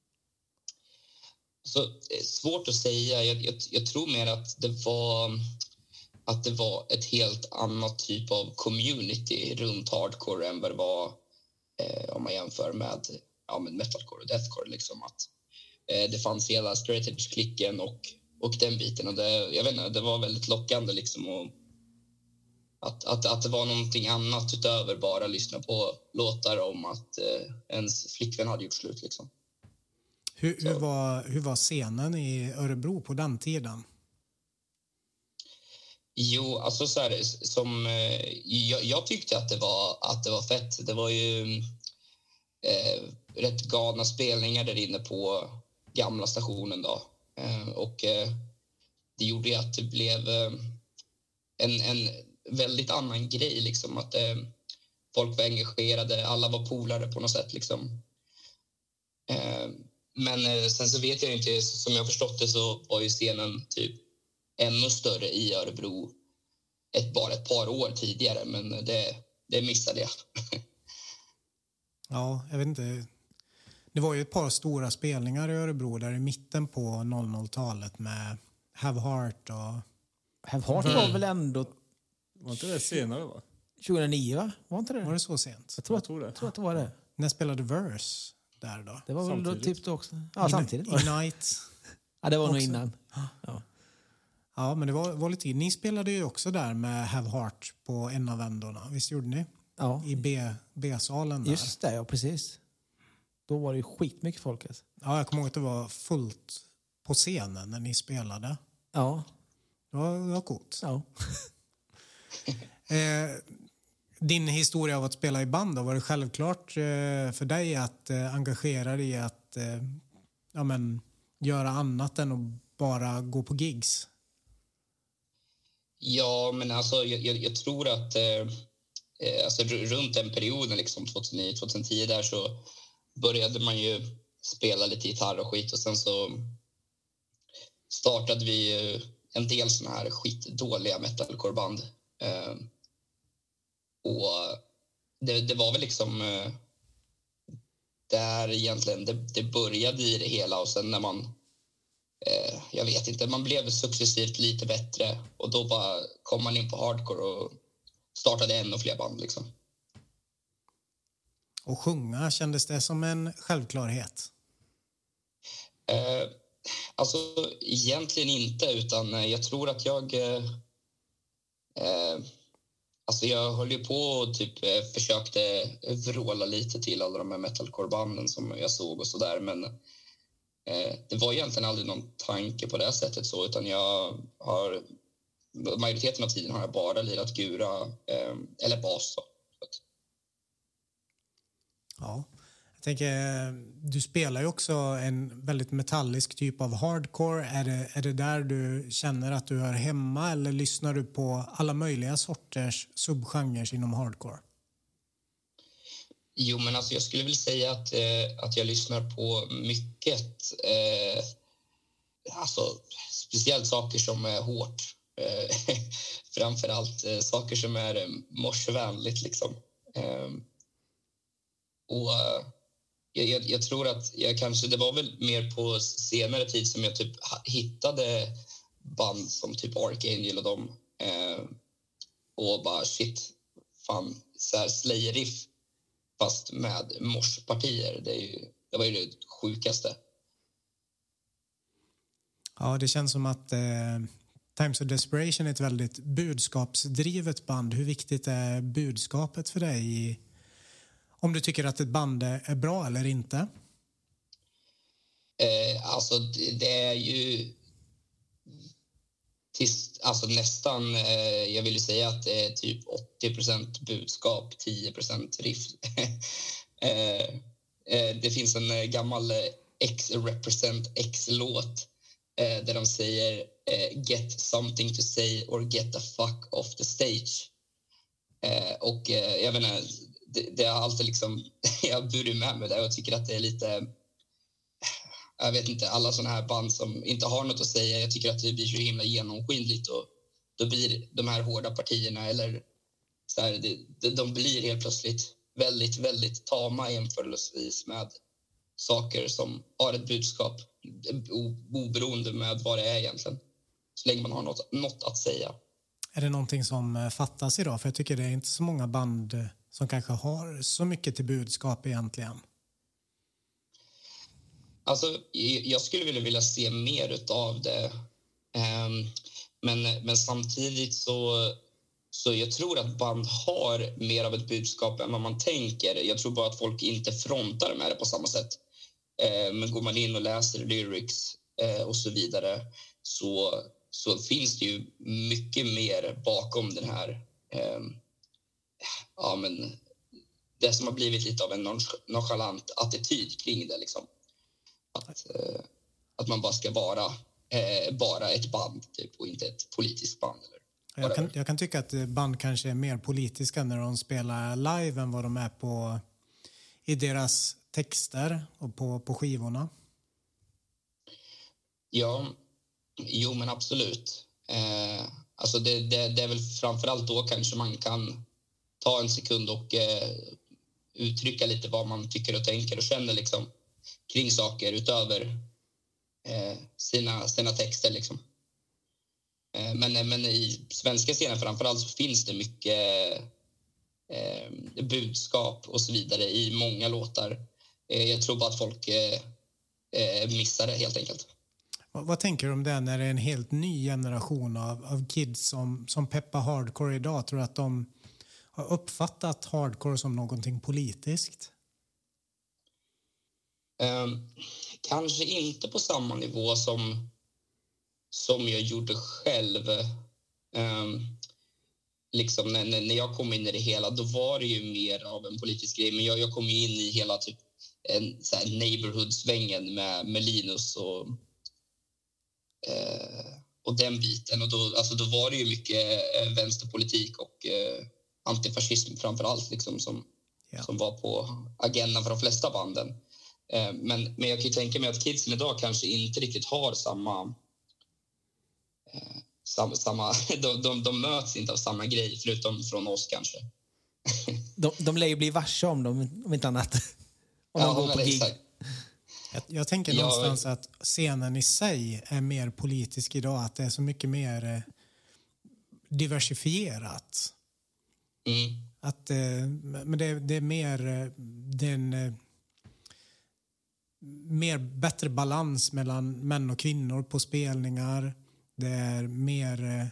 Så, svårt att säga. Jag tror mer att det var ett helt annat typ av community runt hardcore än vad det var om man jämför med metalcore och deathcore. Liksom. Att, det fanns hela straight edge-klicken och den biten. Och jag vet inte, det var väldigt lockande liksom, och att det var någonting annat utöver bara lyssna på låtar om att ens flickvän hade gjort slut. Liksom. Hur var scenen i Örebro på den tiden? Jo, alltså så här, som jag tyckte att det var fett. Det var ju rätt galna spelningar där inne på gamla stationen då. Och det gjorde ju att det blev en väldigt annan grej liksom, att folk var engagerade, alla var polare på något sätt liksom. Men sen så vet jag inte, som jag förstått det så var ju scenen typ ännu större i Örebro bara ett par år tidigare, men det missade jag. Ja, jag vet inte. Det var ju ett par stora spelningar i Örebro där i mitten på 00-talet med Have Heart och... Have Heart var väl ändå... Var inte det senare, va? 2009, va? Var inte det? Var det så sent? Jag tror att det var det. När spelade Verse där då? Det var väl då typ då också. Ja, samtidigt. Ignite. Ja, det var nog också. innan. Ja, men det var lite... Ni spelade ju också där med Have Heart på en av vändorna. Visst gjorde ni? Ja. I B-salen där. Just det, ja, precis. Då var det ju skitmycket folk. Alltså. Ja, jag kommer ihåg att det var fullt på scenen när ni spelade. Ja. Det var coolt. Ja. Din historia av att spela i band, då, var det självklart för dig att engagera dig i att göra annat än att bara gå på gigs? Ja, men alltså jag tror att alltså, runt den perioden, liksom 2009-2010 där, så började man ju spela lite gitarr och skit, och sen så startade vi en del såna här skitdåliga metalcore-band. Och det var väl liksom där egentligen det började i det hela, och sen när man jag vet inte, man blev successivt lite bättre, och då bara kom man in på hardcore och startade ännu fler band liksom. Och sjunga, kändes det som en självklarhet? Alltså egentligen inte, utan jag tror att alltså jag höll ju på och typ försökte vråla lite till alla de här metalcore-banden som jag såg och sådär, men det var egentligen aldrig någon tanke på det sättet så, utan majoriteten av tiden har jag bara lirat gura eller bas då. Ja, jag tänker, du spelar ju också en väldigt metallisk typ av hardcore. Är det där du känner att du hör hemma, eller lyssnar du på alla möjliga sorters subgenrer inom hardcore? Jo, men alltså jag skulle väl säga att jag lyssnar på mycket, alltså speciellt saker som är hårt. Framförallt saker som är morsvänligt liksom. Och jag tror att det var väl mer på senare tid som jag typ hittade band som typ Archangel och dem. Och bara shit, fan, så här Slayer-riff fast med morspartier. Det var ju det sjukaste. Ja, det känns som att Times of Desperation är ett väldigt budskapsdrivet band. Hur viktigt är budskapet för dig om du tycker att ett band är bra eller inte? Alltså, det är ju nästan, jag vill ju säga att det är typ 80% budskap, 10% riff. Det finns en gammal X-Represent X-låt där de säger get something to say or get the fuck off the stage. Och jag vet inte, det har alltid liksom, jag burit med mig där och tycker att det är lite, jag vet inte, alla såna här band som inte har något att säga, jag tycker att det blir så himla genomskinligt och då blir de här hårda partierna eller så här, de blir helt plötsligt väldigt, väldigt tama jämförelsevis med saker som har ett budskap oberoende med vad det är egentligen. Så länge man har något att säga. Är det någonting som fattas idag? För jag tycker det är inte så många band som kanske har så mycket till budskap egentligen. Alltså, jag skulle vilja se mer utav det. Men samtidigt så jag tror att band har mer av ett budskap än vad man tänker. Jag tror bara att folk inte frontar med det på samma sätt. Men går man in och läser lyrics och så vidare så finns det ju mycket mer bakom den här det som har blivit lite av en nonchalant attityd kring det liksom. Att man bara ska vara bara ett band typ, och inte ett politiskt band. Eller jag kan tycka att band kanske är mer politiska när de spelar live än vad de är i deras texter och på skivorna. Ja, jo men absolut. Alltså det är väl framförallt då kanske man kan ta en sekund och uttrycka lite vad man tycker och tänker och känner liksom kring saker utöver sina texter liksom. Men i svenska scenen framförallt så finns det mycket budskap och så vidare i många låtar. Jag tror bara att folk missar det helt enkelt. Vad tänker du om det när det är en helt ny generation av kids som peppar hardcore idag? Tror du att de har uppfattat hardcore som någonting politiskt? Kanske inte på samma nivå som jag gjorde själv. Liksom när jag kom in i det hela, då var det ju mer av en politisk grej. Men jag kom in i hela typ en så här neighborhood-svängen med Linus och den biten. Och då var det ju mycket vänsterpolitik och antifascism framför allt liksom, som var på agendan för de flesta banden. Men jag kan ju tänka mig att kidsen idag kanske inte riktigt har samma de möts inte av samma grej förutom från oss kanske. De lär ju bli varse om inte annat. Om de går på gig. Jag tänker någonstans att scenen i sig är mer politisk idag, att det är så mycket mer diversifierat. Att, men det är mer bättre balans mellan män och kvinnor på spelningar. Det är mer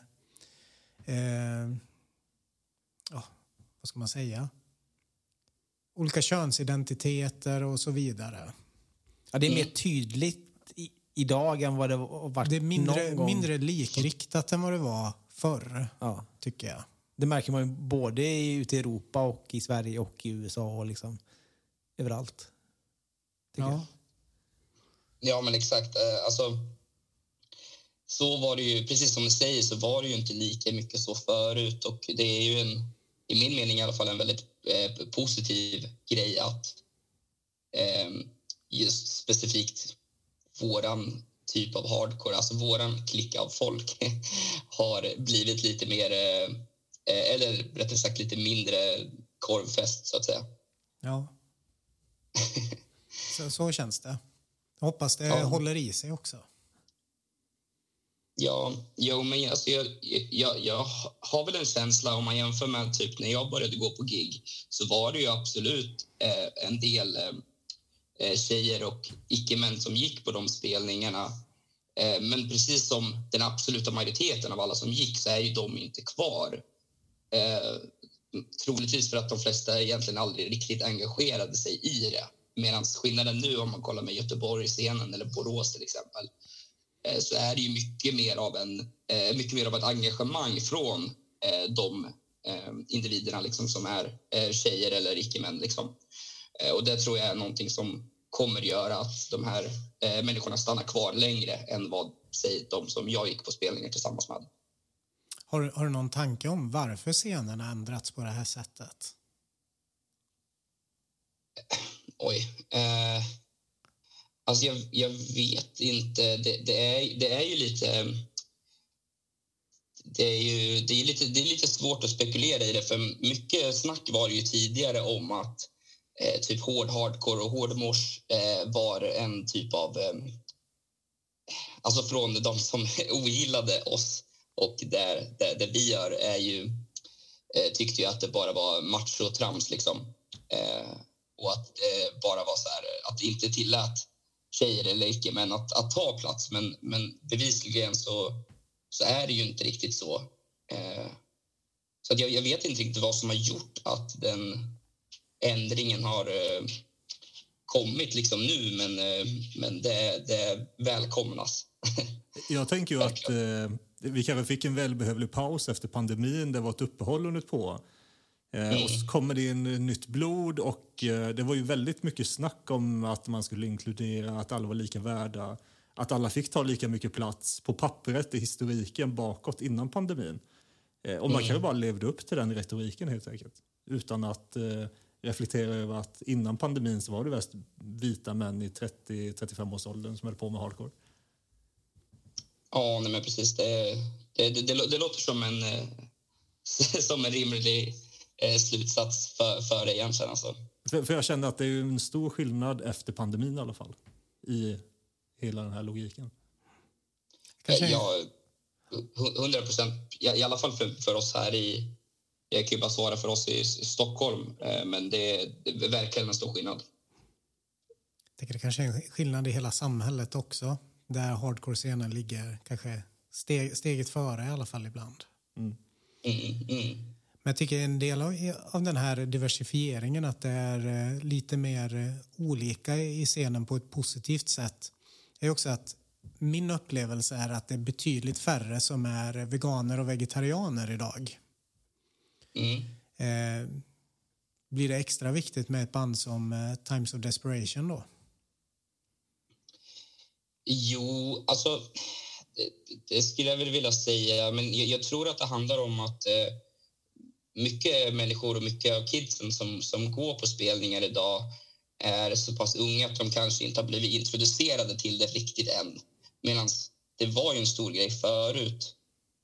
vad ska man säga? Olika könsidentiteter och så vidare. Ja, det är mer tydligt idag än vad det har varit. Det är mindre likriktat än vad det var förr, tycker jag. Det märker man ju både ute i Europa och i Sverige och i USA och liksom överallt. Ja, men exakt. Alltså, så var det ju, precis som du säger, så var det ju inte lika mycket så förut. Och det är ju i min mening i alla fall, en väldigt positiv grej att just specifikt våran typ av hardcore, alltså våran klick av folk har blivit lite mer, eller rättare sagt lite mindre korvfest så att säga. Ja. Så känns det. Jag hoppas det håller i sig också. Ja, men alltså jag har väl en känsla, om man jämför med typ när jag började gå på gig, så var det ju absolut en del tjejer och icke-män som gick på de spelningarna. Men precis som den absoluta majoriteten av alla som gick, så är ju de inte kvar. Troligtvis för att de flesta egentligen aldrig riktigt engagerade sig i det. Medan skillnaden nu, om man kollar med Göteborg-scenen eller Borås till exempel, så är det ju mycket mer av ett engagemang från de individerna liksom, som är tjejer eller icke-män. Liksom. Och det tror jag är någonting som kommer göra att de här människorna stannar kvar längre än vad, säg, de som jag gick på spelningar tillsammans med. Har du någon tanke om varför scenerna ändrats på det här sättet? Alltså jag vet inte. Det är ju lite... Det är lite svårt att spekulera i det, för mycket snack var ju tidigare om att typ hård hardcore och hårdmors var en typ av... alltså från de som ogillade oss, och det vi gör är ju... tyckte ju att det bara var macho och trams liksom. Och att det bara var så här, att det inte tillät tjejer eller icke, men att ta plats. Men bevisligen så är det ju inte riktigt så. Så att jag vet inte riktigt vad som har gjort att den ändringen har kommit liksom nu, men det välkomnas. Jag tänker ju att vi kanske fick en välbehövlig paus efter pandemin. Det var ett uppehåll under på. Och så kommer det in nytt blod, och det var ju väldigt mycket snack om att man skulle inkludera, att alla var lika värda, att alla fick ta lika mycket plats på pappret i historiken bakåt innan pandemin. Och man kan ju bara levde upp till den retoriken helt enkelt, utan att reflektera över att innan pandemin så var det väst vita män i 30-35-årsåldern som höll på med hardcore. Ja, nej, men precis. Det låter som en rimlig slutsats för det egentligen. Alltså. För jag kände att det är en stor skillnad efter pandemin i alla fall, i hela den här logiken. Ja, 100%. I alla fall för oss här jag kan ju bara svara för oss i Stockholm, men det är verkligen en stor skillnad. Jag tycker det kanske är en skillnad i hela samhället också, där hardcore-scenen ligger kanske steget före i alla fall ibland. Men jag tycker en del av den här diversifieringen, att det är lite mer olika i scenen på ett positivt sätt, är också att min upplevelse är att det är betydligt färre som är veganer och vegetarianer idag. Blir det extra viktigt med ett band som Times of Desperation då? Jo, alltså det skulle jag väl vilja säga, men jag tror att det handlar om att mycket människor och mycket av kidsen som går på spelningar idag är så pass unga att de kanske inte har blivit introducerade till det riktigt än. Medan det var ju en stor grej förut.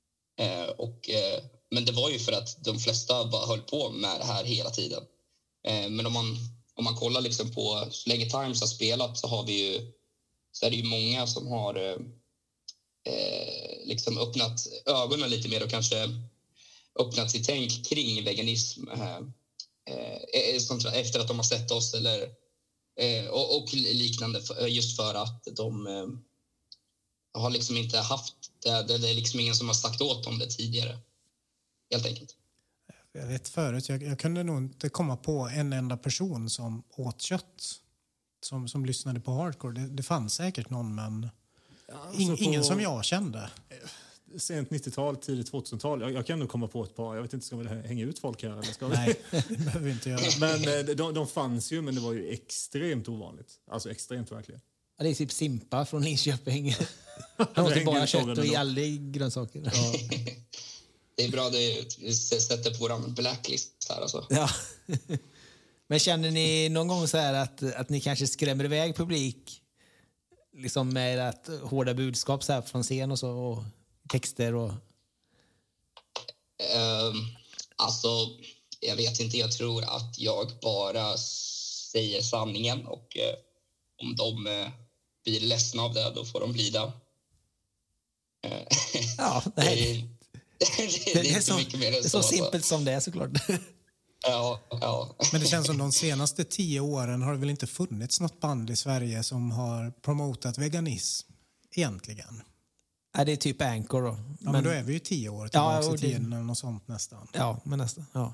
Men det var ju för att de flesta bara höll på med det här hela tiden. Men om man kollar liksom på så länge Times har spelat, så är det ju många som har liksom öppnat ögonen lite mer och kanske öppnat sitt tänk kring veganism efter att de har sett oss och liknande, just för att de har liksom inte haft det. Det är liksom ingen som har sagt åt dem det tidigare, helt enkelt. Jag vet förut, jag kunde nog inte komma på en enda person som åt kött som lyssnade på hardcore. Det fanns säkert någon, men ingen som jag kände. Sent 90-tal, tidigt 2000-tal. Jag kan nog komma på ett par. Jag vet inte, ska vi hänga ut folk här? Eller ska vi? Nej, det behöver vi inte göra. Men de fanns ju, men det var ju extremt ovanligt. Alltså extremt verkligen. Ja, det är typ Simpa från Linköping. Han åt bara kött och aldrig grönsaker. Ja. Det är bra, det sätter på våran blacklist här alltså. Ja. Men känner ni någon gång så här att ni kanske skrämmer iväg publik liksom med att hårda budskap så här från scen och så, och texter och... Alltså, jag vet inte. Jag tror att jag bara säger sanningen och om de blir ledsna av det, då får de bli det. Ja, det är inte så, mycket mer än det är så simpelt som det är, såklart. Ja. Men det känns som de senaste 10 åren har det väl inte funnits något band i Sverige som har promotat veganism egentligen. Ja, det är typ Anchor då. Ja, men då är vi ju 10 år tillbaka i tiden eller något sånt nästan. Ja, men nästan. Ja.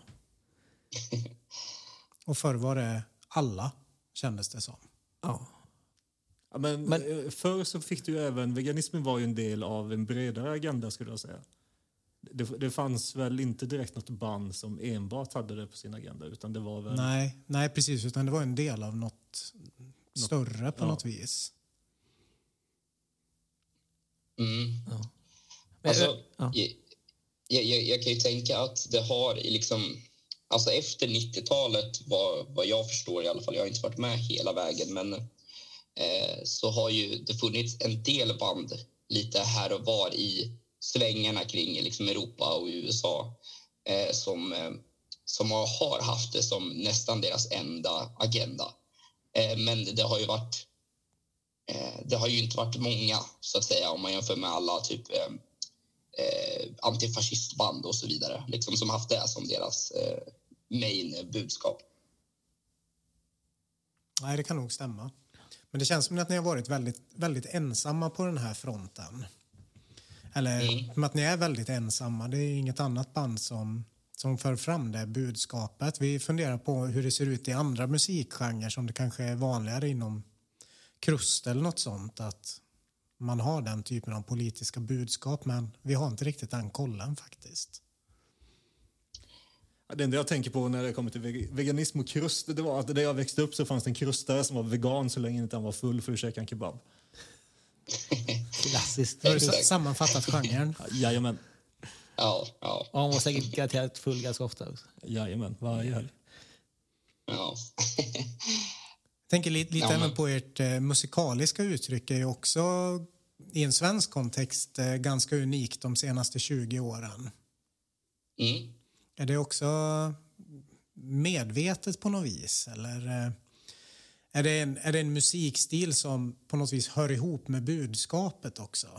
Och förr var det alla, kändes det som. Ja. Ja, men förr så fick du ju även, veganismen var ju en del av en bredare agenda, skulle jag säga. Det fanns väl inte direkt något band som enbart hade det på sin agenda, utan det var väl... Nej, precis, utan det var en del av något större på något vis. Ja. Alltså, jag kan ju tänka att det har liksom... Alltså efter 90-talet, vad jag förstår i alla fall, jag har inte varit med hela vägen, men så har ju det funnits en del band lite här och var i svängarna kring liksom Europa och USA som har haft det som nästan deras enda agenda. Men det har ju inte varit många, så att säga, om man jämför med alla typ antifascistband och så vidare, liksom, som haft det som deras main budskap. Nej, det kan nog stämma. Men det känns som att ni har varit väldigt, väldigt ensamma på den här fronten. Eller att ni är väldigt ensamma. Det är inget annat band som för fram det budskapet. Vi funderar på hur det ser ut i andra musikgenrer, som det kanske är vanligare inom krust eller något sånt, att man har den typen av politiska budskap, men vi har inte riktigt den kollen faktiskt. Det enda jag tänker på när det kommer till veganism och krust, det var att där jag växte upp så fanns det en krustare som var vegan så länge inte han var full för att käka en kebab. Klassiskt. Har du sammanfattat genren? Jajamän. Ja. Och han var säkert garanterat full ganska ofta också. Jajamän, varje helg. Ja. Jag tänker lite även på ert musikaliska uttryck är ju också i en svensk kontext ganska unikt de senaste 20 åren. Är det också medvetet på något vis? Eller är det en musikstil som på något vis hör ihop med budskapet också?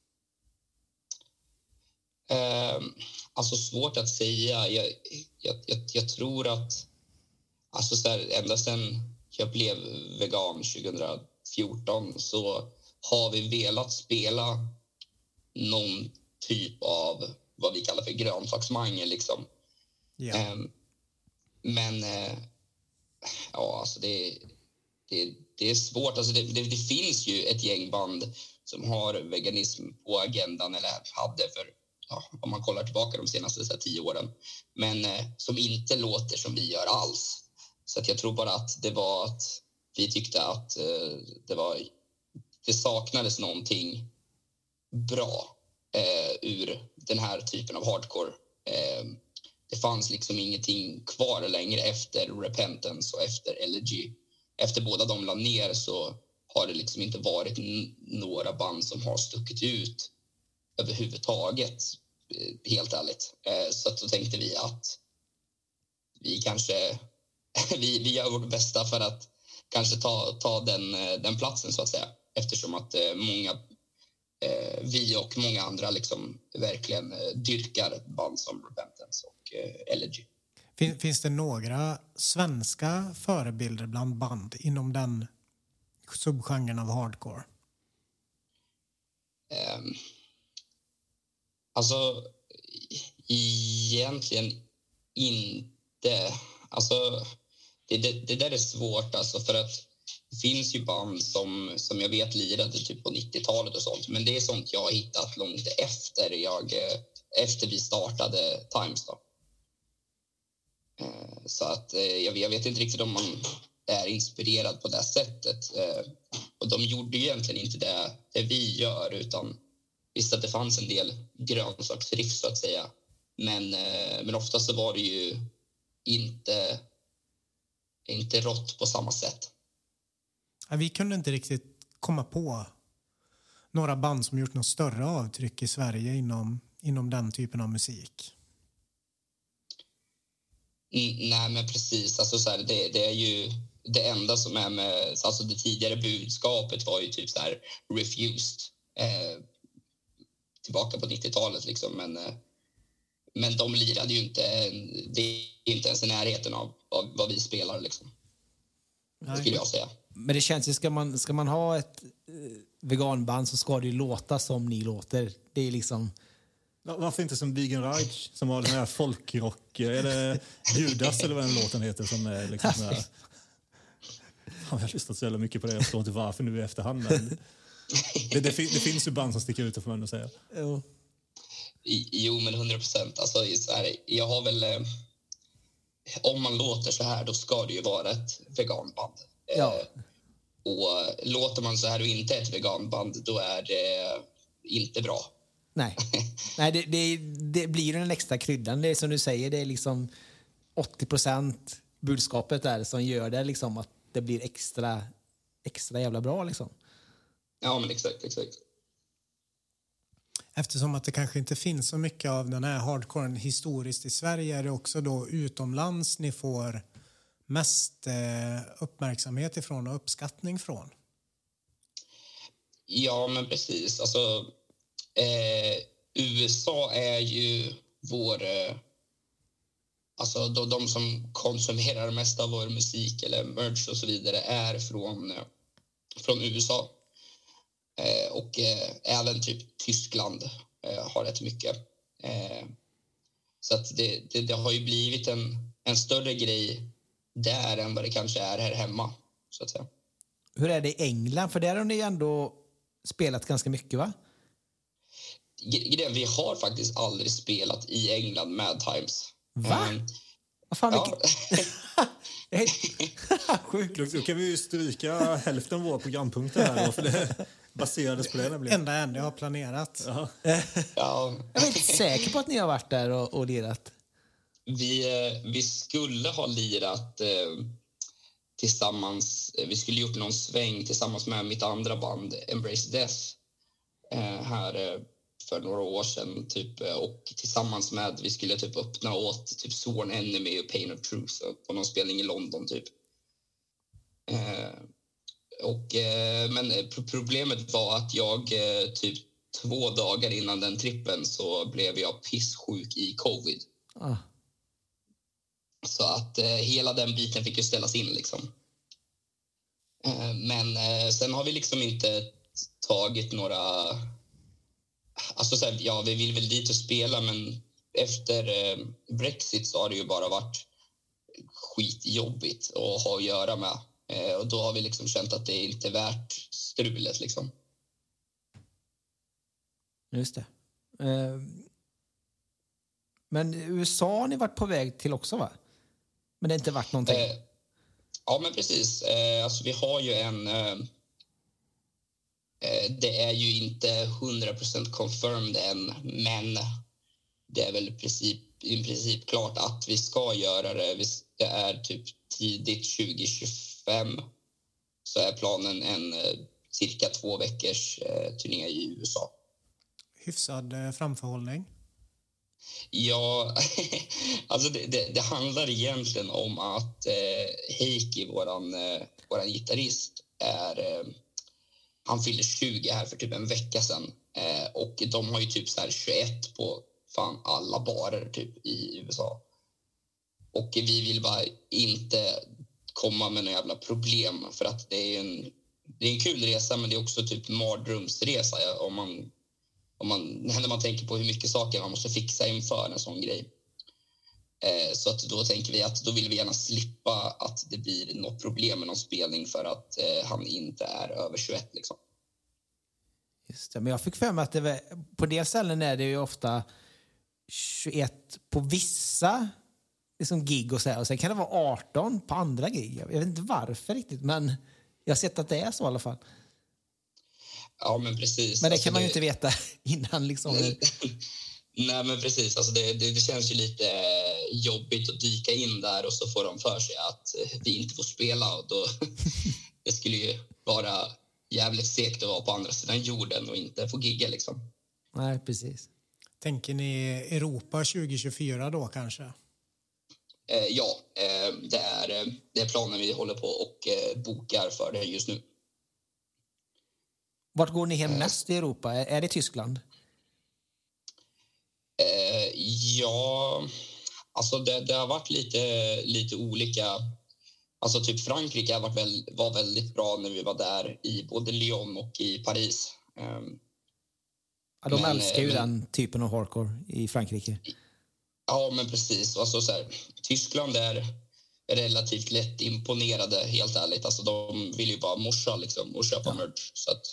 Alltså svårt att säga. Jag tror att alltså så här, ända sedan jag blev vegan 2014 så har vi velat spela någon typ av vad vi kallar för grönsaksmangel liksom. Yeah. Men ja, alltså det är svårt. Alltså det finns ju ett gäng band som har veganism på agendan, eller hade för, om man kollar tillbaka de senaste 10 åren, men som inte låter som vi gör alls. Så att jag tror bara att det var att vi tyckte att det saknades någonting bra ur den här typen av hardcore. Det fanns liksom ingenting kvar längre efter Repentance och efter Elegy. Efter båda de la ner så har det liksom inte varit några band som har stuckit ut överhuvudtaget, helt ärligt. Så att då tänkte vi att vi kanske vi gör vårt bästa för att kanske ta den platsen, så att säga, eftersom att vi och många andra liksom verkligen dyrkar band som Repentance och Elegy. Finns det några svenska förebilder bland band inom den subgenren av hardcore? Alltså egentligen inte. Alltså det där är svårt, alltså, för att det finns ju band som jag vet lirade typ på 90-talet och sånt, men det är sånt jag har hittat långt efter vi startade Times då. Så att jag vet inte riktigt om man är inspirerad på det sättet. Och de gjorde ju egentligen inte det vi gör, utan visst att det fanns en del grönsaksriff, så att säga. Men ofta så var det ju inte rått på samma sätt. Ja, vi kunde inte riktigt komma på några band som gjort något större avtryck i Sverige inom den typen av musik. Nej, men precis. Alltså, så här, det är ju det enda som är med, alltså det tidigare budskapet var ju typ så här refused tillbaka på 90-talet liksom, men de lirade ju inte, det är inte ens i närheten av vad vi spelar liksom. Det skulle jag säga. Men det känns ju, ska man ha ett veganband så ska det ju låta som ni låter. Det är liksom... Varför inte som Vegan Rage som har den här folkrock, är det Judas eller vad den låten heter som är liksom här... Jag har lyssnat så jävla mycket på det, jag förstår inte varför nu i efterhand, men det finns ju band som sticker ut, för man att säga. Jo, men 100%. Alltså, så här, jag har väl... om man låter så här, då ska det ju vara ett veganband. Ja. Och låter man så här och inte ett veganband, då är det inte bra. Nej, det blir en extra kryddan. Det är som du säger, det är liksom 80% budskapet där som gör det liksom att det blir extra jävla bra liksom. Ja, men exakt. Eftersom att det kanske inte finns så mycket av den här hardcoren historiskt i Sverige, är det också då utomlands ni får mest uppmärksamhet ifrån och uppskattning från? Ja, men precis. Alltså, USA är ju vår... alltså de som konsumerar mest av vår musik eller merch och så vidare är från USA. Och även typ Tyskland har rätt mycket. Så att det har ju blivit en större grej där än vad det kanske är här hemma, så att säga. Hur är det i England? För där har ni ändå spelat ganska mycket, va? Vi har faktiskt aldrig spelat i England med Times. Va? Vad fan, ja. Sjukt. Då kan vi ju stryka hälften av våra programpunkter här då, för det baserades på det nämligen. Enda jag har planerat. Ja. Jag är inte säker på att ni har varit där och lirat. Vi skulle ha lirat tillsammans. Vi skulle gjort någon sväng tillsammans med mitt andra band Embrace Death här för några år sedan typ, och tillsammans med vi skulle typ öppna åt typ Sworn Enemy och Pain of Truth på någon spelning i London typ. Men problemet var att jag typ 2 dagar innan den trippen så blev jag pisssjuk i covid. Så att hela den biten fick ju ställas in liksom. Men sen har vi liksom inte tagit några... Alltså så här, ja, vi vill väl dit och spela, men efter Brexit så har det ju bara varit skitjobbigt att ha att göra med. Och då har vi liksom känt att det är inte värt strulet liksom. Just det. Men USA har ni varit på väg till också, va? Men det har inte varit någonting? Ja, men precis. Alltså vi har ju en... det är ju inte 100% confirmed än, men det är väl i princip klart att vi ska göra det. Det är typ tidigt 2025 så är planen en cirka 2 veckors turné i USA. Hyfsad framförhållning. Ja, alltså det handlar egentligen om att Heikki, våran gitarrist, han fyllde 20 här för typ en vecka sedan. Och de har ju typ så här 21 på fan alla barer typ i USA. Och vi vill bara inte komma med några jävla problem, för att det är en kul resa, men det är också typ mardrömsresa när man tänker på hur mycket saker man måste fixa inför en sån grej. Så att då tänker vi att då vill vi gärna slippa att det blir något problem med någon spelning för att han inte är över 21 liksom. Just det, men jag fick för mig att på det ställen är det ju ofta 21 på vissa liksom gig och så här, och sen kan det vara 18 på andra gig. Jag vet inte varför riktigt, men jag har sett att det är så i alla fall. Ja, men precis. Men det kan man ju inte veta innan liksom. Nej, men precis. Alltså det känns ju lite jobbigt att dyka in där och så får de för sig att vi inte får spela. Och då, det skulle ju vara jävligt segt att vara på andra sidan jorden och inte få gigga liksom. Nej, precis. Tänker ni Europa 2024 då kanske? Det är planen vi håller på och bokar för det just nu. Vart går ni hem mest i Europa? Är det Tyskland? Ja, alltså det har varit lite olika. Alltså typ Frankrike var väldigt bra när vi var där i både Lyon och i Paris. Ja, de älskar ju den typen av hardcore i Frankrike. Ja, men precis. Alltså, så här, Tyskland är relativt lätt imponerade, helt ärligt. Alltså, de vill ju bara morsa liksom, och köpa merch. Så att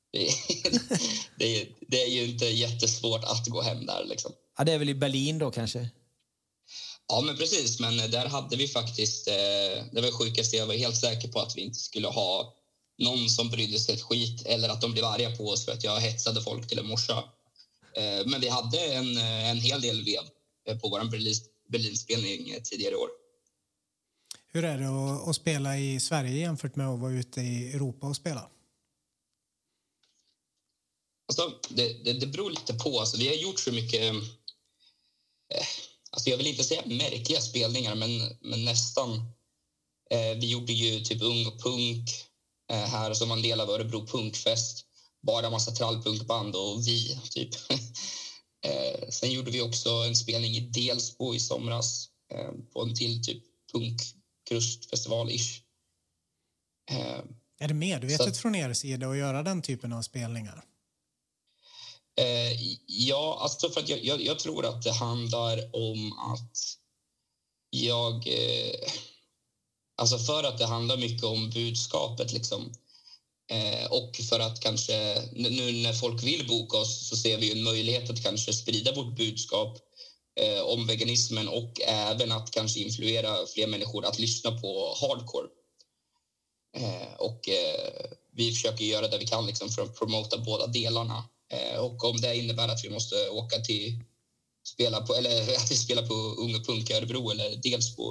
det är ju inte jättesvårt att gå hem där. Liksom. Ja, det är väl i Berlin då kanske? Ja, men precis. Men där hade vi faktiskt... det var sjukast. Jag var helt säker på att vi inte skulle ha någon som brydde sig ett skit eller att de blev arga på oss för att jag hetsade folk till att morsa. Men vi hade en hel del vev på vår Berlinspelning tidigare år. Hur är det att spela i Sverige jämfört med att vara ute i Europa och spela? Alltså, det beror lite på. Alltså, vi har gjort så mycket... alltså, jag vill inte säga märkliga spelningar, men nästan. Vi gjorde ju typ Ung Punk här som var en del av Örebro Punkfest. Bara massa trallpunkband och vi, typ. Sen gjorde vi också en spelning i Delsbo i somras på en till typ punkkrustfestival-ish. Är det medvetet från er sida att göra den typen av spelningar? Ja, alltså för att jag tror att det handlar om att alltså för att det handlar mycket om budskapet liksom. Och för att kanske nu när folk vill boka oss så ser vi en möjlighet att kanske sprida vårt budskap om veganismen och även att kanske influera fler människor att lyssna på hardcore. Och vi försöker göra det vi kan liksom för att promota båda delarna. Och om det innebär att vi måste åka till att vi spelar på Unga Punk i Örebro eller Delsbo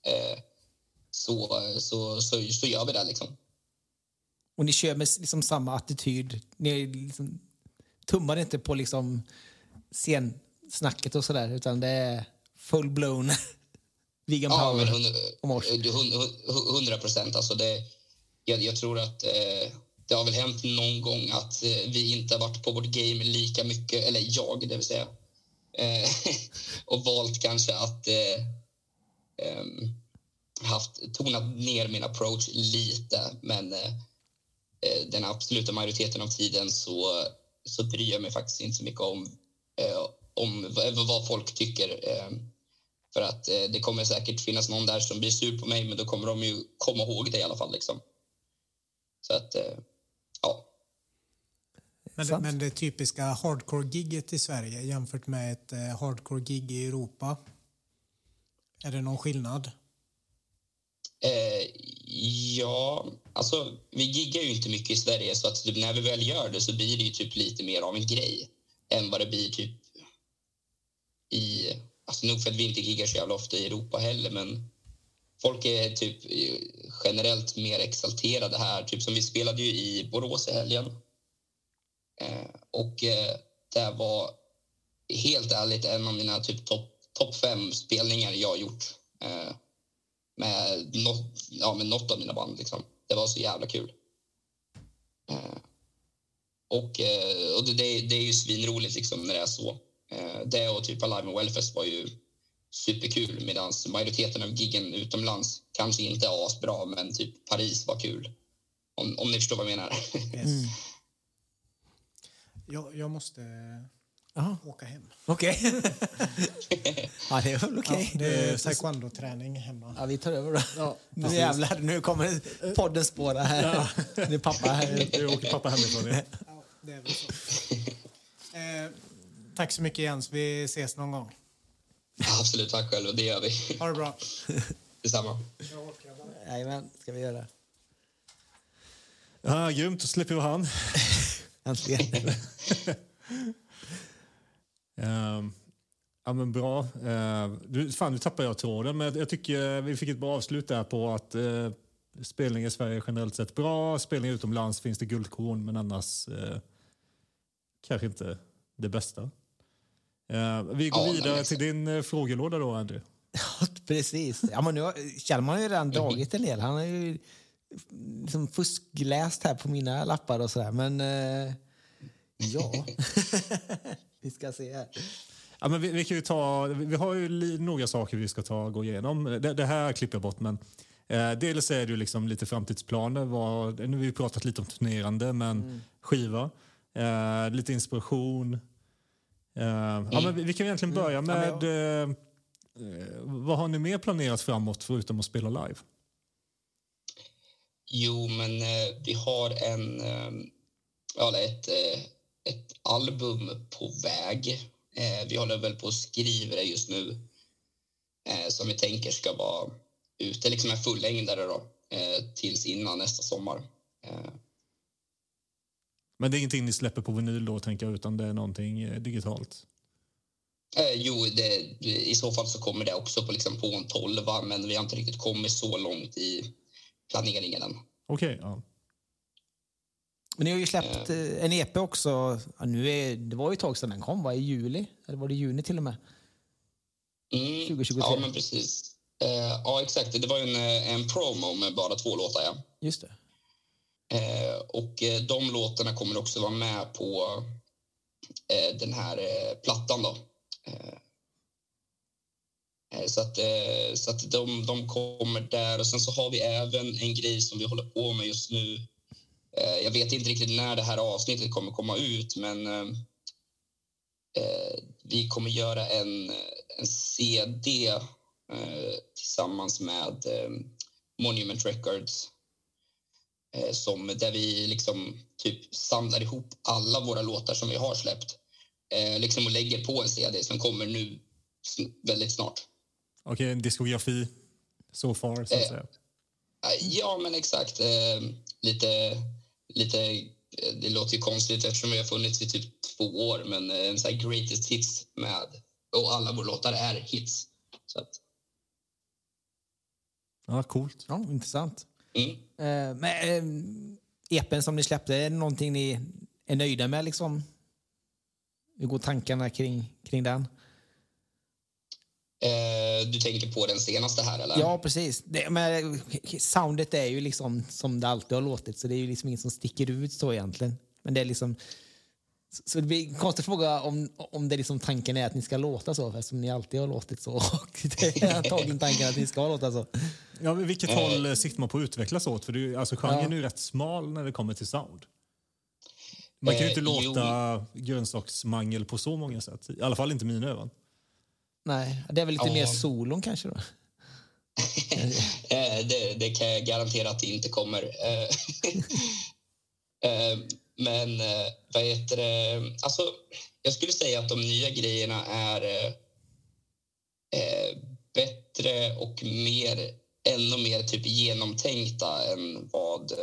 så gör vi det liksom. Och ni kör med liksom samma attityd. Ni liksom tummar inte på liksom scensnacket och sådär, utan det är full-blown vegan power. Ja, men 100%. Alltså jag tror att det har väl hänt någon gång att vi inte har varit på vårt game lika mycket, eller jag, det vill säga. Och valt kanske att tonat ner min approach lite, men den absoluta majoriteten av tiden så bryr jag mig faktiskt inte så mycket om vad folk tycker. För att det kommer säkert finnas någon där som blir sur på mig, men då kommer de ju komma ihåg det i alla fall. Liksom. Så att, ja. Men det typiska hardcore-gigget i Sverige jämfört med ett hardcore-gig i Europa, är det någon skillnad? Ja, alltså vi giggar ju inte mycket i Sverige, så att typ, när vi väl gör det så blir det ju typ lite mer av en grej än vad det blir typ i... Alltså nog för att vi inte giggar så jävla ofta i Europa heller, men folk är typ generellt mer exalterade här. Typ som vi spelade ju i Borås i helgen. Och det var helt ärligt en av mina typ topp 5 spelningar jag har gjort. Med något av mina band liksom. Det var så jävla kul. Och det är ju svinroligt liksom när det är så. Det och typ Alive and Wellfest var ju superkul, medan majoriteten av giggen utomlands kanske inte är asbra, men typ Paris var kul. Om ni förstår vad jag menar. Yes. Jag måste åka hem. Okej. Ja, det är väl okej. Ja, det är taekwondo-träning hemma. Ja, vi tar över då. Ja, nu jävlar, nu kommer podden spåra här. Ja. Det är pappa här. Nu åker pappa hemifrån. Ja, det är väl så. Tack så mycket, Jens. Vi ses någon gång. Absolut, tack själv. Det gör vi. Ha det bra. Detsamma. Jajamän, ska vi göra. Ja, grymt. Då släpper vi han. Äntligen. Ja, men bra. Nu tappar jag tråden, men jag tycker vi fick ett bra avslut där på att spelning i Sverige är generellt sett bra. Spelning utomlands finns det guldkorn, men annars kanske inte det bästa. Vi går vidare till din frågelåda då, Andrew. Ja, Precis. Ja, men nu Kjellman har ju redan dragit en del. Han har ju liksom fuskläst här på mina lappar och sådär. Men ja, vi ska se här. Ja, men vi kan ju vi har ju några saker vi ska gå igenom. Det här klipper jag bort, men dels är det ju liksom lite framtidsplaner. Nu har vi pratat lite om turnerande, men skiva. Lite inspiration. Ja, men vi kan egentligen börja med vad har ni mer planerat framåt förutom att spela live? Jo, men vi har ett album på väg. Vi håller väl på att skriva det just nu, som vi tänker ska vara ute, liksom en fullängdare då, tills innan nästa sommar. Men det är ingenting ni släpper på vinyl då, tänker jag, utan det är någonting digitalt? Jo, i så fall så kommer det också på en 12, men vi har inte riktigt kommit så långt i planeringen än. Okej, ja. Men ni har ju släppt en EP också. Ja, det var ju ett tag sedan den kom, i juli? Eller var det juni till och med? 2023. Ja, men precis. Ja, exakt. Det var ju en promo med bara 2 låtar, ja. Just det. Och de låtarna kommer också vara med på den här plattan då. Så att de kommer där. Och sen så har vi även en grej som vi håller på med just nu. Jag vet inte riktigt när det här avsnittet kommer komma ut, men vi kommer göra en CD tillsammans med Monument Records, där vi liksom typ samlar ihop alla våra låtar som vi har släppt, liksom och lägger på en CD som kommer nu väldigt snart. Okej, en diskografi so far, så att säga. Ja, men exakt. Lite, det låter ju konstigt eftersom vi har funnits i typ 2 år, men en sån här greatest hits och alla våra låtar är hits. Så att... Ja, coolt. Ja, intressant. Men EPen som ni släppte, är det någonting ni är nöjda med liksom? Hur går tankarna kring den? Du tänker på den senaste här, eller? Ja, precis. Men soundet är ju liksom som det alltid har låtit, så det är ju liksom inget som sticker ut så egentligen. Men det är liksom... Så det blir en konstig fråga om det liksom tanken är att ni ska låta så, eftersom ni alltid har låtit så. Och det är antagligen tanken att ni ska låta så. Ja, men vilket håll siktar man på att utvecklas åt? För genren är ju rätt smal när det kommer till sound. Man kan ju inte låta grönsaksmangel på så många sätt. I alla fall inte mina ögon. Nej, det är väl lite mer solon kanske då? Det kan jag garantera att det inte kommer. Men vad heter det? Alltså, jag skulle säga att de nya grejerna är bättre och ännu mer typ genomtänkta än vad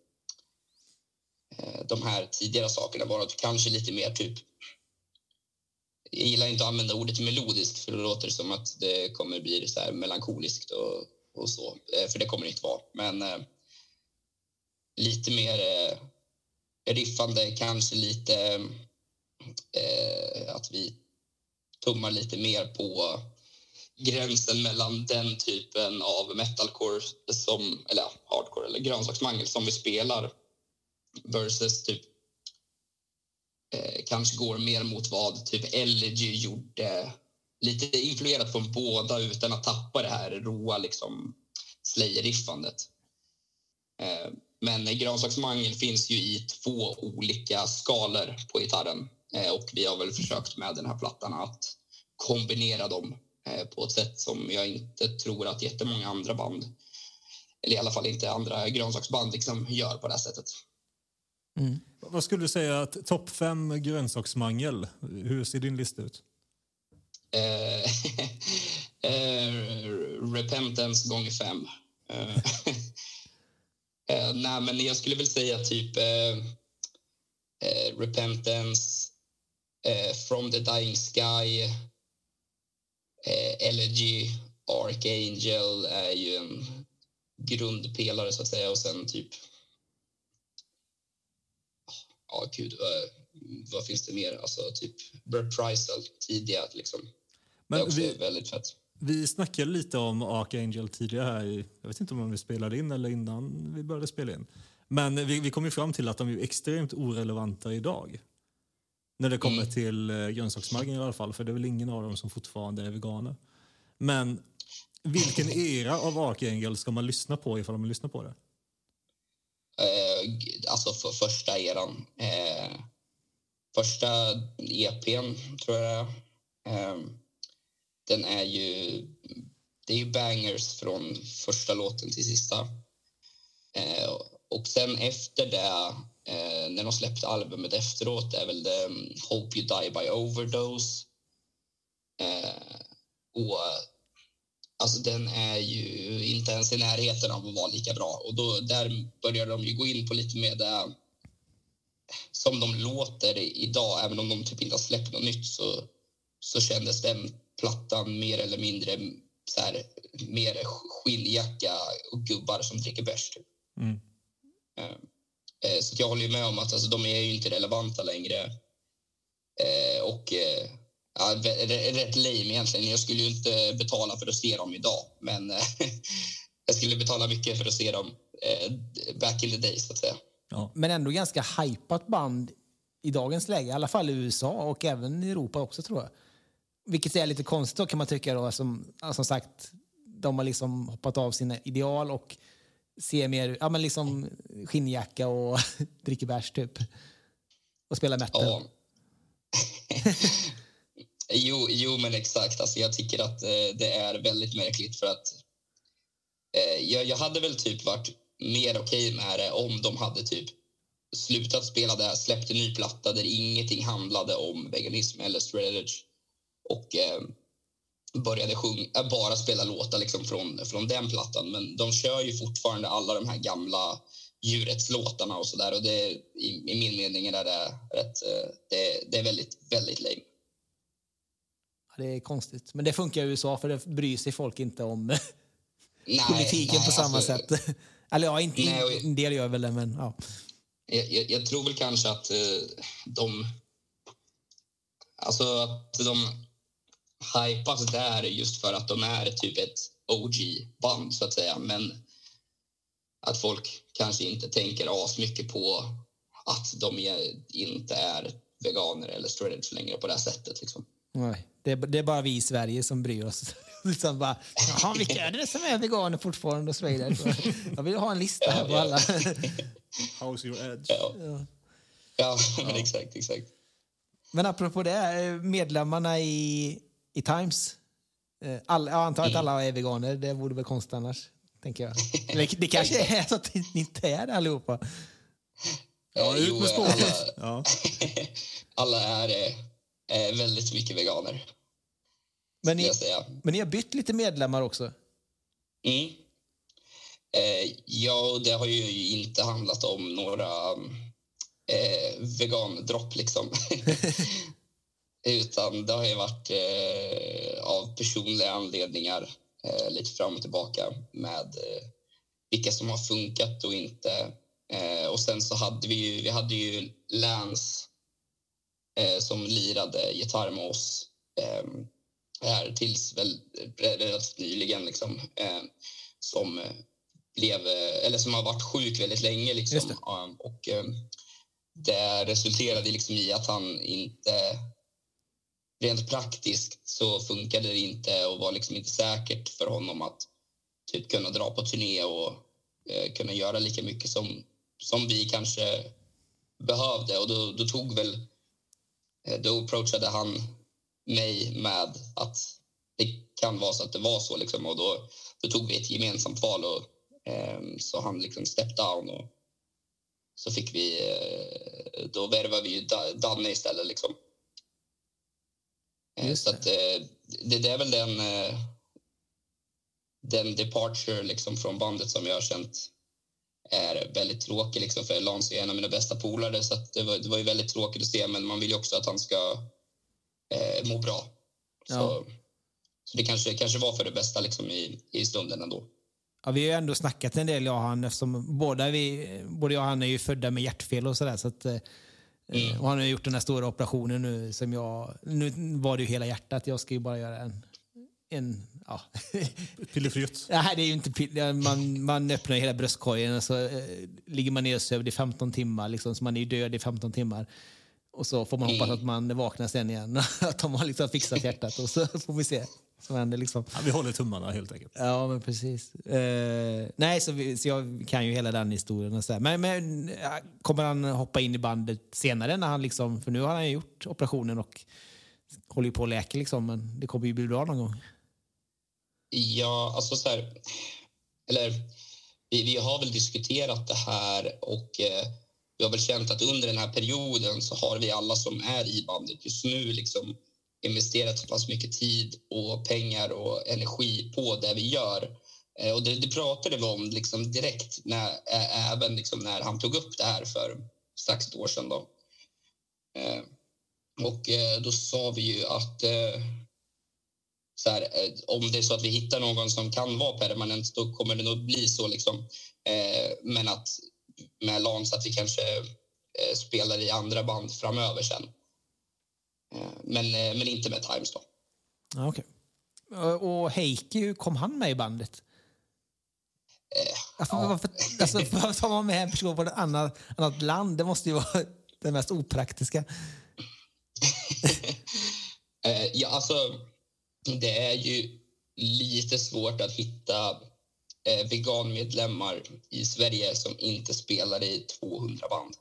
de här tidigare sakerna var. Kanske lite mer typ... Jag gillar inte att använda ordet melodisk, för det låter som att det kommer bli så här melankoliskt och så. För det kommer det inte vara. Men lite mer riffande, kanske lite att vi tummar lite mer på gränsen mellan den typen av metalcore eller hardcore eller grönsaksmangel som vi spelar versus typ kanske går mer mot vad typ Elegy gjorde, lite influerat från båda utan att tappa det här råa liksom Slayer-riffandet. Men grönsaksmangel finns ju i 2 olika skalor på gitarren, och vi har väl försökt med den här plattan att kombinera dem på ett sätt som jag inte tror att jättemånga andra band, eller i alla fall inte andra grönsaksband, liksom gör på det här sättet. Vad skulle du säga att topp 5 grönsaksmangel? Hur ser din lista ut? Repentance gånger 5. Nej, men jag skulle väl säga typ Repentance, From the Dying Sky, Elegy, Archangel är ju en grundpelare så att säga, och sen typ vad finns det mer? Alltså typ Reprisal tidiga liksom. Men det är också väldigt fett. Vi snackade lite om Archangel tidigare här. Jag vet inte om vi spelade in eller innan vi började spela in. Men vi kom ju fram till att de är extremt orelevanta idag. När det kommer till grönsaksmaggen i alla fall. För det är väl ingen av dem som fortfarande är veganer. Men vilken era av Archangel ska man lyssna på ifall man lyssnar på det? Alltså för första eran. Första EPn tror jag den är ju... Det är ju bangers från första låten till sista. Och sen efter det, när de släppte albumet efteråt, är väl det Hope You Die By Overdose. Och alltså den är ju inte ens i närheten av att vara lika bra. Och då, där börjar de ju gå in på lite med det som de låter idag. Även om de typ inte har släppt något nytt så kändes den plattan mer eller mindre så här, mer skinnjacka och gubbar som dricker bärs typ. Så jag håller ju med om att alltså, de är ju inte relevanta längre. Ja, rätt lame egentligen. Jag skulle ju inte betala för att se dem idag. Men jag skulle betala mycket för att se dem back in the days, så att säga. Ja. Men ändå ganska hypat band i dagens läge. I alla fall i USA och även i Europa också, tror jag. Vilket är lite konstigt då, kan man tycka då. Som sagt, de har liksom hoppat av sina ideal och ser mer, ja men liksom skinnjacka och dricker bärs typ. Och spelar metal. Ja. Jo, men exakt. Alltså, jag tycker att det är väldigt märkligt för att jag hade väl typ varit mer okej med det om de hade typ slutat spela det, släppt en ny platta där ingenting handlade om veganism eller straight edge och började bara spela låtar liksom från den plattan. Men de kör ju fortfarande alla de här gamla djurrättslåtarna och sådär, och det, i min mening är det är väldigt, väldigt lame. Det är konstigt. Men det funkar i USA, för det bryr sig folk inte om politiken på samma sätt. Eller ja, inte en del gör väl det, men ja. Jag tror väl kanske att de hypas där just för att de är typ ett OG-band, så att säga. Men att folk kanske inte tänker asmycket på att de inte är veganer eller straight edge längre på det här sättet liksom. Nej, det är bara vi i Sverige som bryr oss. Liksom bara, jaha, vilka är det som är veganer fortfarande och straight edge? Jag vill ha en lista här på alla. How's your edge? Ja, men exakt. Men apropå det, medlemmarna i Times, jag antar att alla är veganer, det vore väl konstigt annars, tänker jag. Eller det kanske är så att ni inte är det allihopa. Ja, ut med spåret. Alla är väldigt mycket veganer. Men ni har bytt lite medlemmar också? Ja, det har ju inte handlat om några vegandropp liksom. Utan det har ju varit av personliga anledningar lite fram och tillbaka med vilka som har funkat och inte. Och sen så hade vi hade ju Lance som lirade gitarr med oss här tills väl relativt nyligen liksom, som har varit sjuk väldigt länge liksom. Och det resulterade liksom i att han inte, rent praktiskt så funkade det inte och var liksom inte säkert för honom att typ kunna dra på turné och kunna göra lika mycket som vi kanske behövde. Och då approachade han mig med att det kan vara så att det var så liksom, och då tog vi ett gemensamt val och så han liksom step down och så fick vi då värvade vi ju Danne istället liksom. Så att det är väl den departure liksom från bandet som jag har känt är väldigt tråkig liksom, för Lance är en av mina bästa polare, så att det var ju väldigt tråkigt att se, men man vill ju också att han ska må bra. Så det kanske var för det bästa liksom i stunden ändå. Ja, vi har ju ändå snackat en del, jag och han, eftersom både jag och han är ju födda med hjärtfel och sådär, så att och han har gjort den här stora operationen nu nu var det ju hela hjärtat. Jag ska ju bara göra Ja. Pillefritt. Nej, det är ju inte man öppnar hela bröstkorgen och så ligger man nedsövd i 15 timmar. Liksom, så man är ju död i 15 timmar. Och så får man hoppas att man vaknar sen igen. Att de har liksom fixat hjärtat. Och så får vi se. Så händer liksom. Ja, vi håller tummarna helt enkelt. Ja, men precis. Nej, så jag kan ju hela den historien. Och så men kommer han hoppa in i bandet senare när han liksom... För nu har han ju gjort operationen och håller ju på att läka liksom. Men det kommer ju bli bra någon gång. Ja, alltså så här... Eller, vi har väl diskuterat det här och vi har väl känt att under den här perioden så har vi alla som är i bandet just nu liksom investerat så pass mycket tid och pengar och energi på det vi gör. Och det pratade vi om liksom direkt även liksom när han tog upp det här för strax ett år sedan. Då. Och då sa vi ju att så här, om det är så att vi hittar någon som kan vara permanent då kommer det nog bli så. Liksom. Men att med Lance att vi kanske spelar i andra band framöver sen. Men inte med Times då. Okej. Och Heikki, hur kom han med i bandet? Varför tar man med en person på ett annat land? Det måste ju vara det mest opraktiska. Ja, alltså det är ju lite svårt att hitta veganmedlemmar i Sverige som inte spelar i 200 band.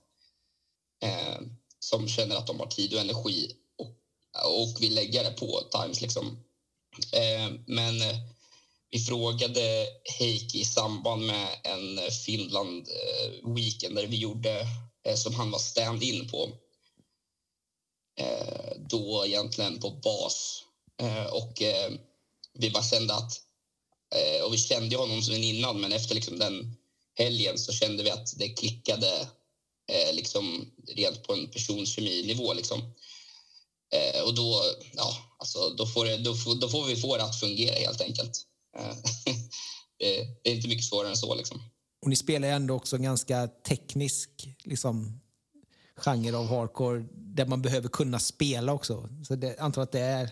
Som känner att de har tid och energi och vill lägga det på Times liksom. Men vi frågade Heikki i samband med en Finland weekend där vi gjorde som han var stand-in på. Då egentligen på bas. Och vi bara kände att och vi kände honom som innan, men efter liksom den helgen så kände vi att det klickade liksom rent på en personkeminivå liksom. Och då, ja, alltså, då får vi få det att fungera helt enkelt. Det är inte mycket svårare än så liksom. Och ni spelar ju ändå också en ganska teknisk liksom, genre av hardcore där man behöver kunna spela också. Så jag antar att det är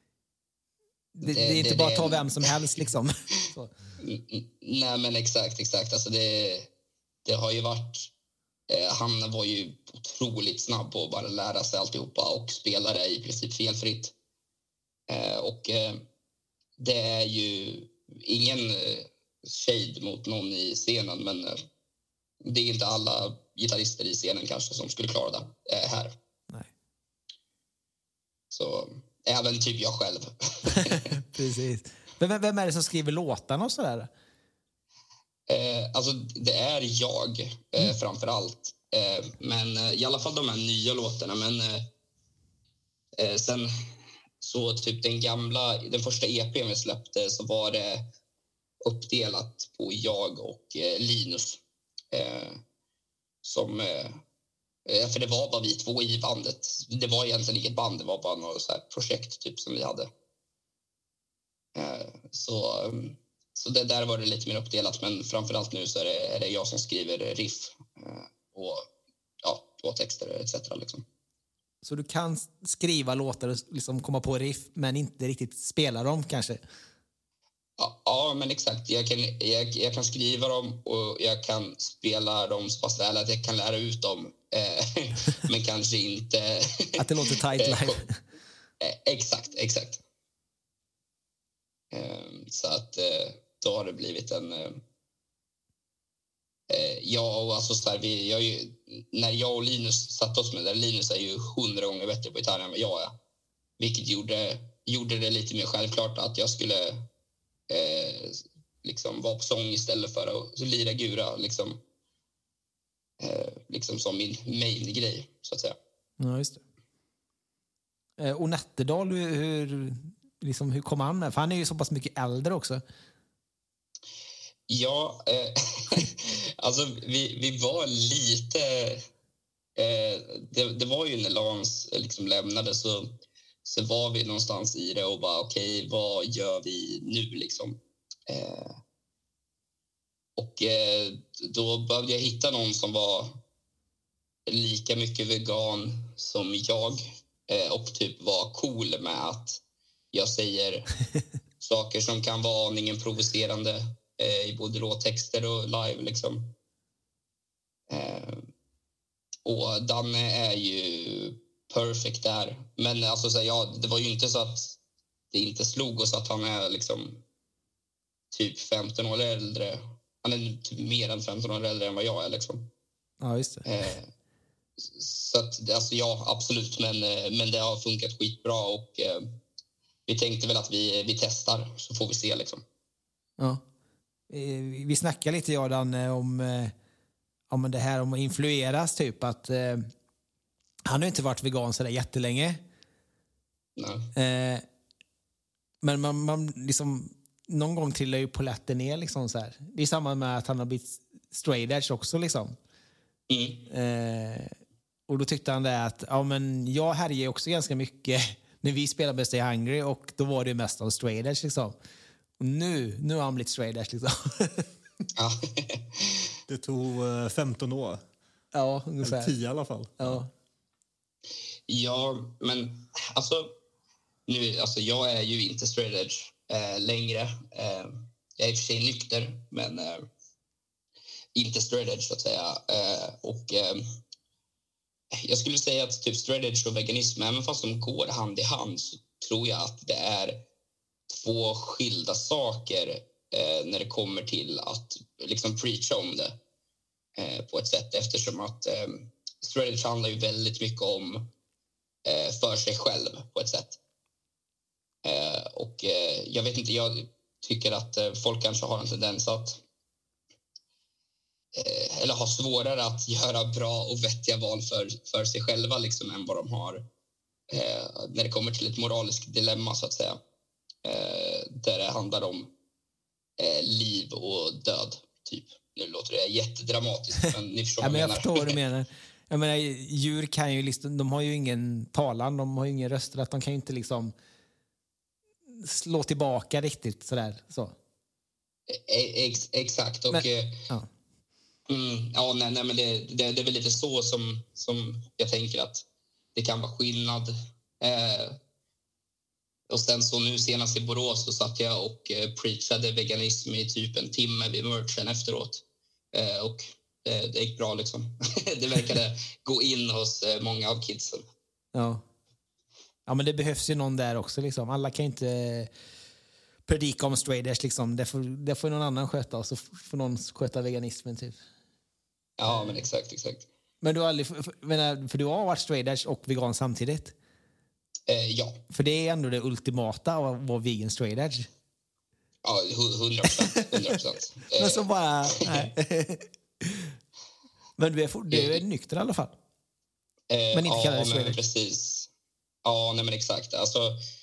inte bara att ta vem som helst liksom. Så. Nej, men exakt. Alltså det har ju varit... Han var ju otroligt snabb på att bara lära sig alltihopa och spela det i princip felfritt. Och det är ju ingen shade mot någon i scenen, men det är inte alla gitarrister i scenen kanske som skulle klara det här. Nej. Så även typ jag själv. Precis. Men vem är det som skriver låtarna och sådär? Alltså det är jag framför allt. Men i alla fall de här nya låtarna. Men sen så typ den första EP:n vi släppte så var det uppdelat på jag och Linus. För det var bara vi två i bandet. Det var egentligen inget band, det var bara något så här projekt typ som vi hade. Så det där var det lite mer uppdelat, men framförallt nu så är det jag som skriver riff och ja, texter etc. liksom. Så du kan skriva låtar och liksom komma på riff men inte riktigt spela dem kanske? Ja, men exakt. Jag kan skriva dem och jag kan spela dem så pass väl att jag kan lära ut dem. Men kanske inte... Att det låter tight live. Exakt. Så att då har det blivit en... Ja, och alltså så här, när jag och Linus satt oss med det, Linus är ju 100 gånger bättre på gitarr än vad jag är. Vilket gjorde det lite mer självklart att jag skulle liksom vara på sång istället för att lira gura liksom som min main-grej, så att säga. Ja, just det. Och Nätterdal, hur kom han med? För han är ju så pass mycket äldre också. Ja, alltså vi var lite... Det var ju när Lance liksom lämnade så var vi någonstans i det och bara okej, vad gör vi nu liksom? Och då behövde jag hitta någon som var lika mycket vegan som jag och typ var cool med att jag säger saker som kan vara aningen provocerande i både låttexter och live liksom. Och Danne är ju perfect där. Men alltså, så, ja, det var ju inte så att det inte slog oss att han är liksom typ 15 år äldre. Han är typ mer än 15 år äldre än vad jag är liksom. Ja, just det. Så att, alltså, ja, absolut. Men det har funkat skitbra och vi tänkte väl att vi testar så får vi se liksom. Ja. Vi snackar lite, Jordan, om det här om att influeras typ. Att han har inte varit vegan så där jättelänge. Nej. Men man liksom någon gång trillar ju polletten ner liksom så här. Det är samma med att han har blivit straight edge också liksom. Och då tyckte han det att ja, men jag härjer också ganska mycket när vi spelade med Stay Hungry, och då var det mest av straight edge liksom. Och nu har han blivit straight edge liksom. Ja. Det tog 15 år. Ja, ungefär. Eller 10 i alla fall. Ja, men alltså jag är ju inte straight edge längre. Jag är i och för sig nykter, men inte straight edge så att säga. Jag skulle säga att typ straight edge och veganism, även fast de går hand i hand, så tror jag att det är två skilda saker när det kommer till att liksom preacha om det på ett sätt, eftersom att straight edge handlar ju väldigt mycket om för sig själv på ett sätt. Jag vet inte, jag tycker att folk kanske har en tendens att eller har svårare att göra bra och vettiga val för sig själva liksom, än vad de har när det kommer till ett moraliskt dilemma så att säga, där det handlar om liv och död typ. Nu låter det jättedramatiskt, men ni förstår vad jag förstår vad du menar. Jag menar, djur kan ju liksom, de har ju ingen talan, de har ju ingen rösträtt, de kan ju inte liksom slå tillbaka riktigt sådär så. Exakt, och men det är väl lite så som jag tänker att det kan vara skillnad. Och sen så nu senast i Borås så satt jag och preachade veganism i typ en timme vid merchen efteråt. Och det gick bra liksom. Det verkade gå in hos många av kidsen. Ja, men det behövs ju någon där också liksom. Alla kan inte predika om straight edge liksom. Det får någon annan sköta, och så får någon sköta veganismen typ. Ja, men exakt. Men du har aldrig, för du har varit straight edge och vegan samtidigt? Ja. För det är ändå det ultimata att vara vegan straight edge. Ja, 100%. Men så bara... Men du är nykter i alla fall. Men inte kallar det straight edge. Precis. Ja, nej men exakt. Alltså,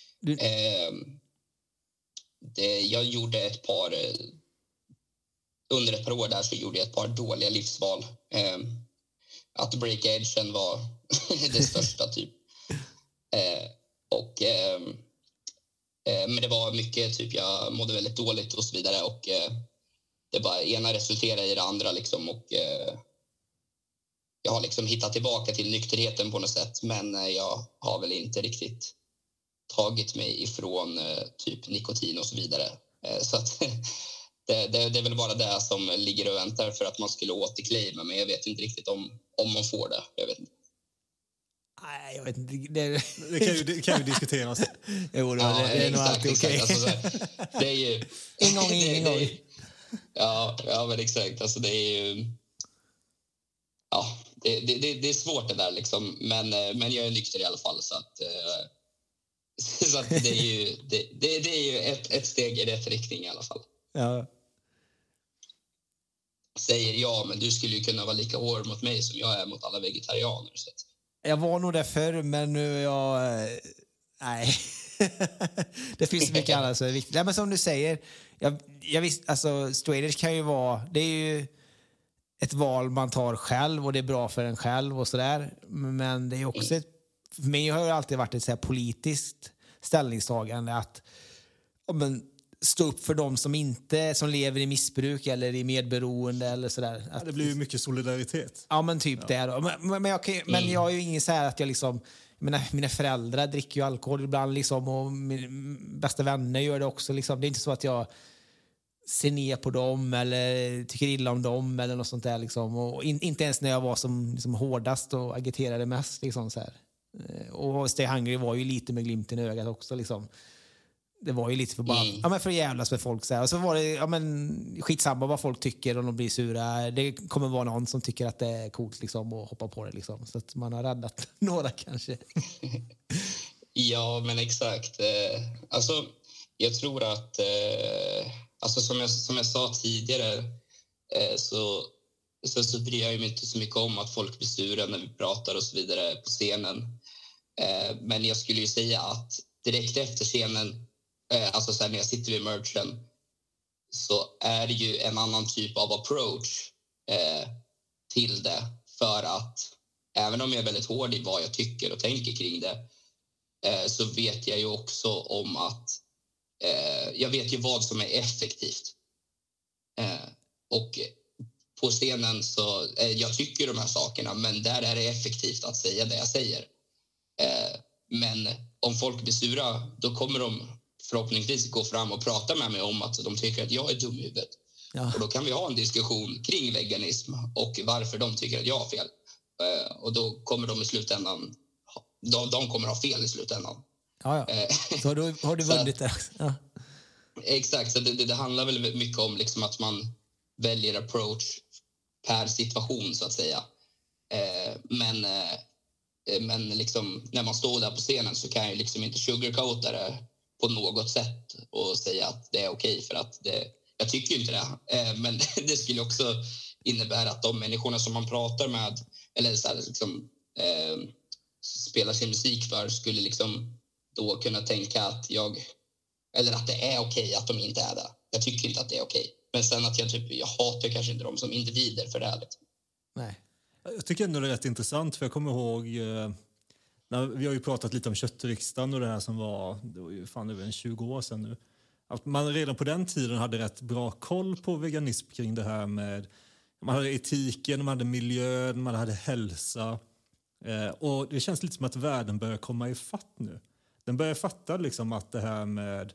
jag gjorde ett par... Under ett par år där så gjorde jag ett par dåliga livsval. Att break edgen var det största typ. Men det var mycket typ, jag mådde väldigt dåligt och så vidare, och det bara ena resulterade i det andra liksom, och jag har liksom hittat tillbaka till nykterheten på något sätt, men jag har väl inte riktigt tagit mig ifrån typ nikotin och så vidare, så att det är väl bara det som ligger och väntar för att man skulle återclaima, men jag vet inte riktigt om man får det, jag vet inte. Nej, jag vet inte. Det kan ju diskuteras. Jo, det är nog alltid okej. Alltså, det är ju... ingen gång. Ja, men exakt. Alltså, det är ju... Ja, det är svårt det där liksom. Men jag är nykter i alla fall. Så att det är ju ett steg i rätt riktning i alla fall. Ja. Säger jag, men du skulle ju kunna vara lika hård mot mig som jag är mot alla vegetarianer. Så att... Jag var nog där förr, men nu är jag... Nej. Det finns så mycket annat som är viktigt. Nej, men som du säger, jag visst, alltså, straight edge kan ju vara... Det är ju ett val man tar själv, och det är bra för en själv och sådär. Men det är också för mig har det alltid varit ett så här politiskt ställningstagande att stå upp för dem som lever i missbruk eller i medberoende eller sådär. Det blir ju mycket solidaritet. Ja, men typ det då. Men jag är ju ingen så här att jag liksom... mina föräldrar dricker ju alkohol ibland liksom, och mina bästa vänner gör det också liksom. Det är inte så att jag ser ner på dem eller tycker illa om dem eller något sånt där liksom. Och inte ens när jag var som liksom hårdast och agiterade mest liksom så här. Och Stay Hungry var ju lite med glimten i ögat också liksom. Det var ju lite för bara för att jävlas med folk så här. Och så var det skitsamma vad folk tycker om de blir sura. Det kommer vara någon som tycker att det är coolt liksom och hoppa på det liksom. Så att man har räddat några kanske. Ja, men exakt. Alltså jag tror att alltså som jag sa tidigare så bryr jag mig inte så mycket om att folk blir sura när vi pratar och så vidare på scenen. Men jag skulle ju säga att direkt efter scenen, alltså så här, när jag sitter vid merchen, så är det ju en annan typ av approach till det. För att även om jag är väldigt hård i vad jag tycker och tänker kring det, så vet jag ju också om att jag vet ju vad som är effektivt. Och på scenen så jag tycker de här sakerna, men där är det effektivt att säga det jag säger. Men om folk blir sura, då kommer de förhoppningsvis gå fram och prata med mig om att de tycker att jag är dum i huvudet. Ja. Och då kan vi ha en diskussion kring veganism och varför de tycker att jag har fel. Och då kommer de i slutändan, de kommer ha fel i slutändan. Ja. Så har du vunnit det. Ja. Exakt, så det handlar väl mycket om liksom att man väljer approach per situation så att säga. Men liksom, när man står där på scenen så kan jag liksom inte sugarcoata det på något sätt och säga att det är okej, för att jag tycker inte det. Men det skulle också innebära att de människorna som man pratar med eller så här, liksom, spelar sin musik för skulle liksom då kunna tänka att att det är okej att de inte är det. Jag tycker inte att det är okej. Men sen att jag hatar kanske inte dem som individer för det här. Nej. Jag tycker ändå det är rätt intressant, för jag kommer ihåg vi har ju pratat lite om köttriksdagen och det här som det var ju fan över 20 år sedan nu. Att man redan på den tiden hade rätt bra koll på veganism kring det här med, man hade etiken, man hade miljön, man hade hälsa. Och det känns lite som att världen börjar komma i fatt nu. Den börjar fatta liksom att det här med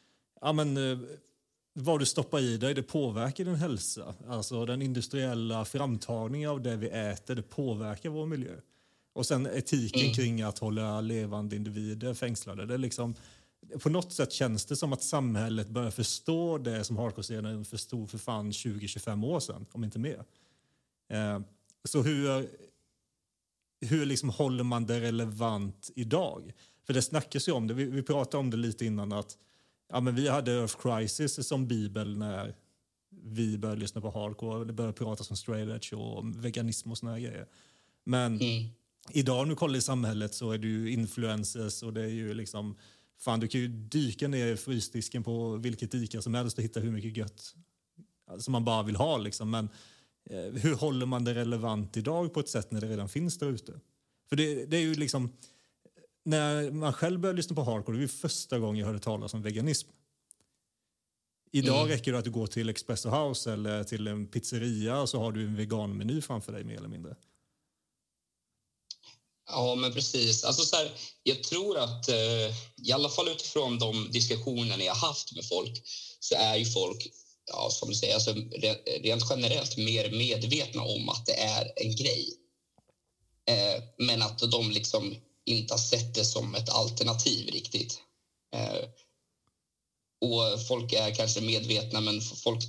vad du stoppar i dig, det påverkar din hälsa. Alltså den industriella framtagningen av det vi äter, det påverkar vår miljö. Och sen etiken kring att hålla levande individer fängslade. Det är liksom, på något sätt känns det som att samhället börjar förstå det som hardcore-scenen förstod för fan 20-25 år sedan, om inte mer. Så hur liksom håller man det relevant idag? För det snackas ju om det. Vi pratade om det lite innan att men vi hade Earth Crisis som bibel när vi började lyssna på hardcore. Det började prata om straight edge och veganism och såna här grejer. Men idag när du kollar i samhället så är det ju influencers och det är ju liksom, fan du kan ju dyka ner i frysdisken på vilket Ica som helst och hitta hur mycket gött som man bara vill ha liksom. Men hur håller man det relevant idag på ett sätt när det redan finns där ute? För det är ju liksom, när man själv började lyssna på hardcore, det var första gången jag hörde talas om veganism. Idag räcker det att du går till Espresso House eller till en pizzeria och så har du en veganmeny framför dig mer eller mindre. Ja, men precis. Alltså så här, jag tror att i alla fall utifrån de diskussioner jag haft med folk så är ju folk, som du säger, alltså, rent generellt mer medvetna om att det är en grej. Men att de liksom inte har sett det som ett alternativ riktigt. Och folk är kanske medvetna, men folk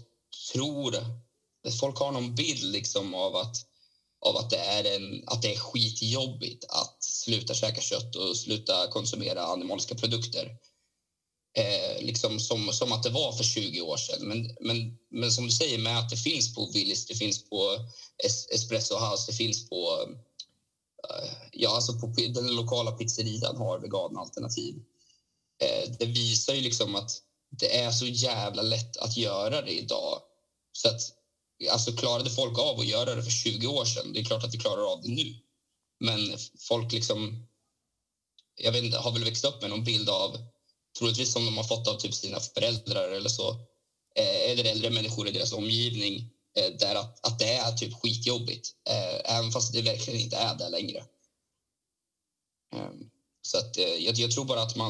har någon bild liksom av att det är skitjobbigt att sluta käka kött och sluta konsumera animaliska produkter. Liksom som att det var för 20 år sedan. Men som du säger, med att det finns på Willys, det finns på Espresso House, det finns på alltså på den lokala pizzerian har veganalternativ. Det visar ju liksom att det är så jävla lätt att göra det idag. Så att alltså klarade folk av att göra det för 20 år sedan, det är klart att vi klarar av det nu. Men folk liksom, jag vet inte, har väl växt upp med någon bild av, troligtvis som de har fått av typ sina föräldrar eller så, eller äldre människor i deras omgivning, där att det är typ skitjobbigt, även fast det verkligen inte är det längre. Så att, jag tror bara att man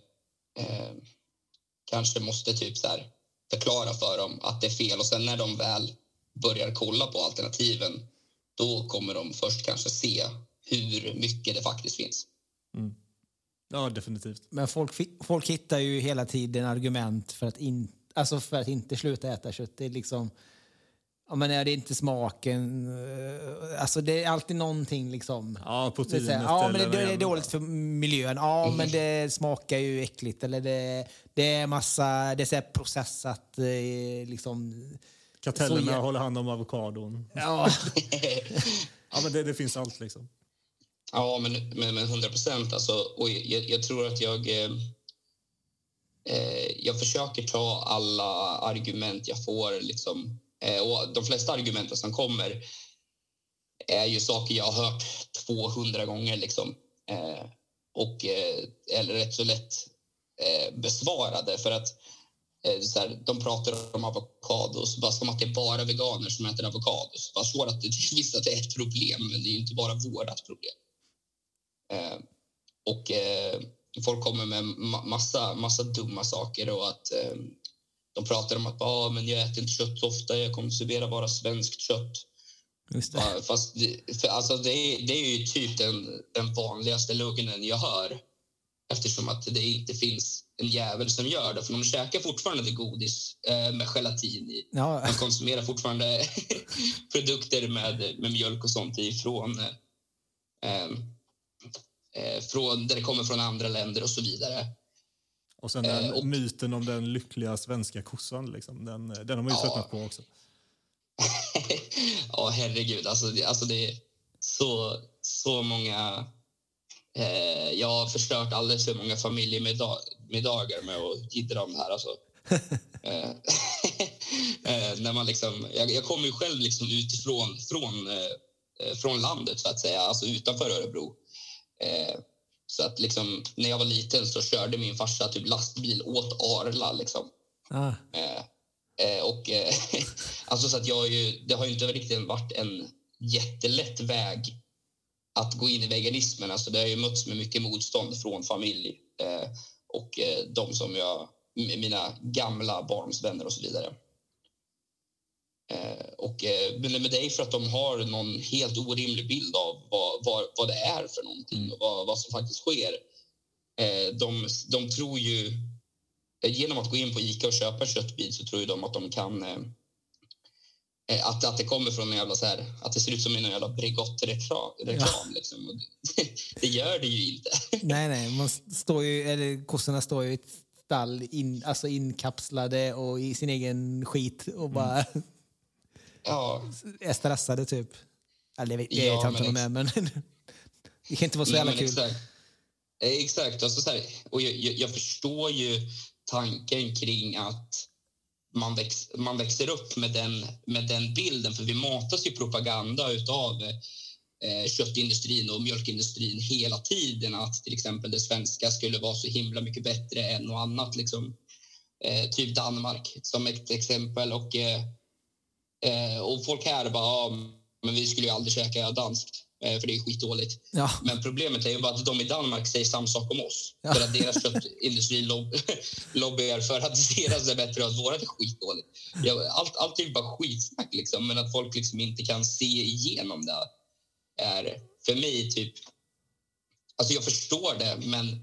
kanske måste typ så här förklara för dem att det är fel. Och sen när de väl börjar kolla på alternativen, då kommer de först kanske se hur mycket det faktiskt finns. Mm. Ja, definitivt. Men folk hittar ju hela tiden argument för att inte sluta äta kött. Det är liksom, ja, men är det inte smaken, alltså det är alltid någonting liksom. Ja, proteinet. Ja, men det är dåligt för miljön. Ja, men det smakar ju äckligt. Eller det är massa, det är så här processat liksom. Kartellerna håller hand om avokadon. Ja. Ja, men det finns allt liksom. Ja, men 100%. Alltså, och jag tror att jag försöker ta alla argument jag får. Liksom, och de flesta argumenten som kommer är ju saker jag har hört 200 gånger. Liksom, eller rätt så lätt besvarade. För att så här, de pratar om avokados bara som att det är bara veganer som äter avokados. Jag förstår att visst att det är ett problem, men det är ju inte bara vårt problem. Folk kommer med massa dumma saker och att de pratar om att men jag äter inte kött så ofta, jag konsumerar bara svenskt kött. Just det. Fast det är ju typ den vanligaste lögnen jag hör, eftersom att det inte finns en jävel som gör det. För de käkar fortfarande godis med gelatin i. Ja. De konsumerar fortfarande produkter med mjölk och sånt ifrån där det kommer från andra länder och så vidare. Och sen myten om den lyckliga svenska kossan liksom, den har man ju tröttnat på också. Ja, herregud. Alltså det är så många. Jag har förstört alldeles för många familjemiddagar med att gidra om det här. Alltså. När man liksom, jag kommer ju själv liksom utifrån från landet så att säga, alltså utanför Örebro. Så att liksom, när jag var liten så körde min farsa typ lastbil åt Arla liksom. Alltså så att det har ju inte riktigt varit en jättelätt väg att gå in i veganismen. Alltså det har ju mötts med mycket motstånd från familj och de som mina gamla barnsvänner och så vidare. Men med dig för att de har någon helt orimlig bild av vad det är för någonting och vad som faktiskt sker. De tror ju, genom att gå in på ICA och köpa köttbit, så tror ju de att de kan att det kommer från en jävla så här, att det ser ut som en jävla Bregott-reklam liksom. Det gör det ju inte. Nej, man står ju, eller kossorna står ju i ett stall alltså inkapslade och i sin egen skit och bara är stressade typ. Eller det är inte om men det kan inte vara så jävla kul. Exakt. Alltså, så här, och jag förstår ju tanken kring att man växer upp med den bilden, för vi matas ju propaganda utav köttindustrin och mjölkindustrin hela tiden, att till exempel det svenska skulle vara så himla mycket bättre än något annat liksom. Typ Danmark som ett exempel, och folk här bara men vi skulle ju aldrig käka danskt för det är skitdåligt. Ja. Men problemet är ju bara att de i Danmark säger samma sak om oss. Ja. För att deras köttindustri lobbyar för att deras är bättre och att vårat är skitdåligt. Allt är ju bara skitsnack liksom, men att folk liksom inte kan se igenom det är för mig typ, alltså jag förstår det,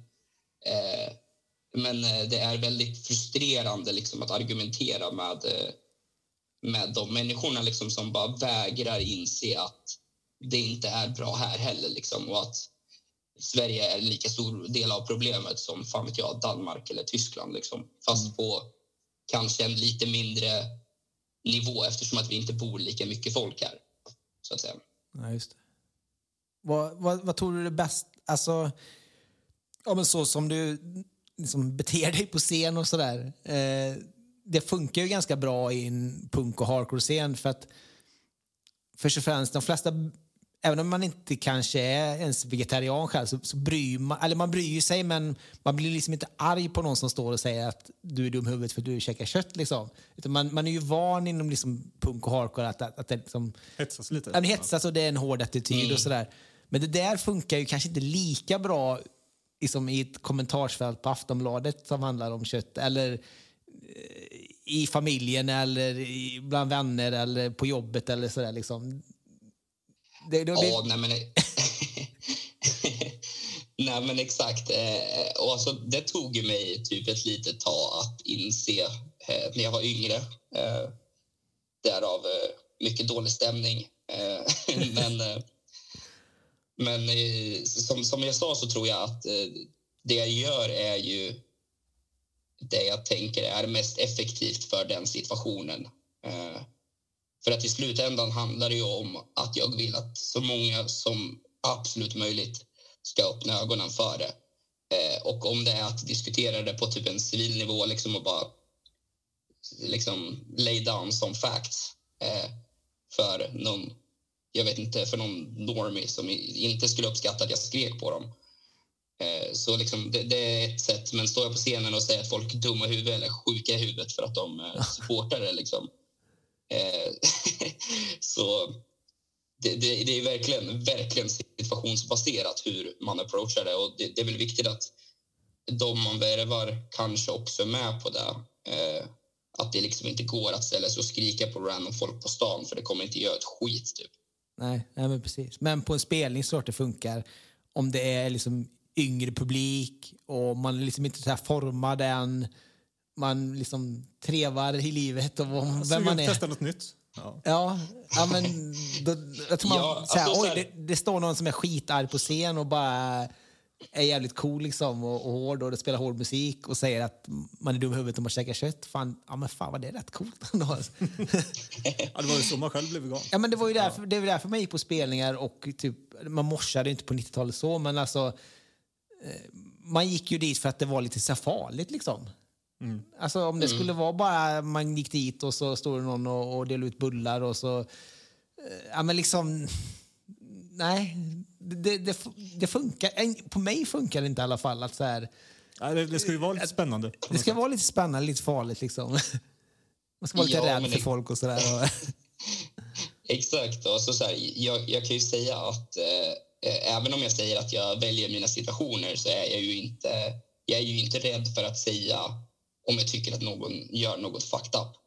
men det är väldigt frustrerande liksom att argumentera med de människorna liksom som bara vägrar inse att det inte är bra här heller liksom, och att Sverige är en lika stor del av problemet som fan vet jag, Danmark eller Tyskland liksom, fast på kanske en lite mindre nivå, eftersom att vi inte bor lika mycket folk här så att säga. Ja, just det. Vad tror du är bäst, alltså men så som du liksom beter dig på scen och sådär, det funkar ju ganska bra i en punk- och hardcore-scen, för att först och främst de flesta, även om man inte kanske är ens vegetarian själv, så man bryr sig, men man blir liksom inte arg på någon som står och säger att du är dum i huvudet för att du käkar kött liksom. Utan man är ju van inom liksom punk och hardcore att det liksom hetsas lite. Ja, det hetsas och det är en hård attityd och sådär. Men det där funkar ju kanske inte lika bra liksom i ett kommentarsfält på Aftonbladet som handlar om kött, eller i familjen eller bland vänner eller på jobbet eller sådär liksom. Nej men exakt. Och alltså, det tog ju mig typ ett litet tag att inse när jag var yngre. Därav mycket dålig stämning. Men som jag sa så tror jag att det jag gör är ju det jag tänker är mest effektivt för den situationen. För att i slutändan handlar det ju om att jag vill att så många som absolut möjligt ska öppna ögonen för det. Och om det är att diskutera det på typ en civil nivå liksom, och bara liksom lay down some facts för någon, jag vet inte, för någon normie som inte skulle uppskatta att jag skrek på dem. Så liksom, det är ett sätt. Men står jag på scenen och säger att folk är dumma i huvudet eller sjuka i huvudet för att de supportar det liksom. Så det är verkligen situationsbaserat hur man approachar det. Och det är väl viktigt att de man värvar kanske också är med på det. Att det liksom inte går att ställa sig och skrika på random folk på stan, för det kommer inte göra ett skit typ. Nej, men precis. Men på en spelning så att det funkar om det är liksom yngre publik och man liksom inte så här formar den, man liksom trevar i livet och vem man är. Testa något nytt. Ja, men då, jag tror man säger, det står någon som är skitarg på scen och bara är jävligt cool liksom och hård och spelar hård musik och säger att man är dum i huvudet om man käkar kött. Fan vad det är rätt coolt. Ja, det var ju så man själv blev vegan. Ja, men det var ju därför, det var därför man gick på spelningar och typ, man morsade inte på 90-talet så, men alltså man gick ju dit för att det var lite så farligt liksom. Alltså om det skulle vara bara man gick dit och så står det någon och delar ut bullar och så ja men liksom nej, det funkar. På mig funkar det inte i alla fall att så här. Det ska ju vara lite spännande. Det ska vara lite spännande, lite farligt liksom. Man ska vara lite rädd för folk och sådär. Exakt. Och så här, jag kan ju säga att även om jag säger att jag väljer mina situationer så är jag ju inte rädd för att säga om jag tycker att någon gör något fucked up.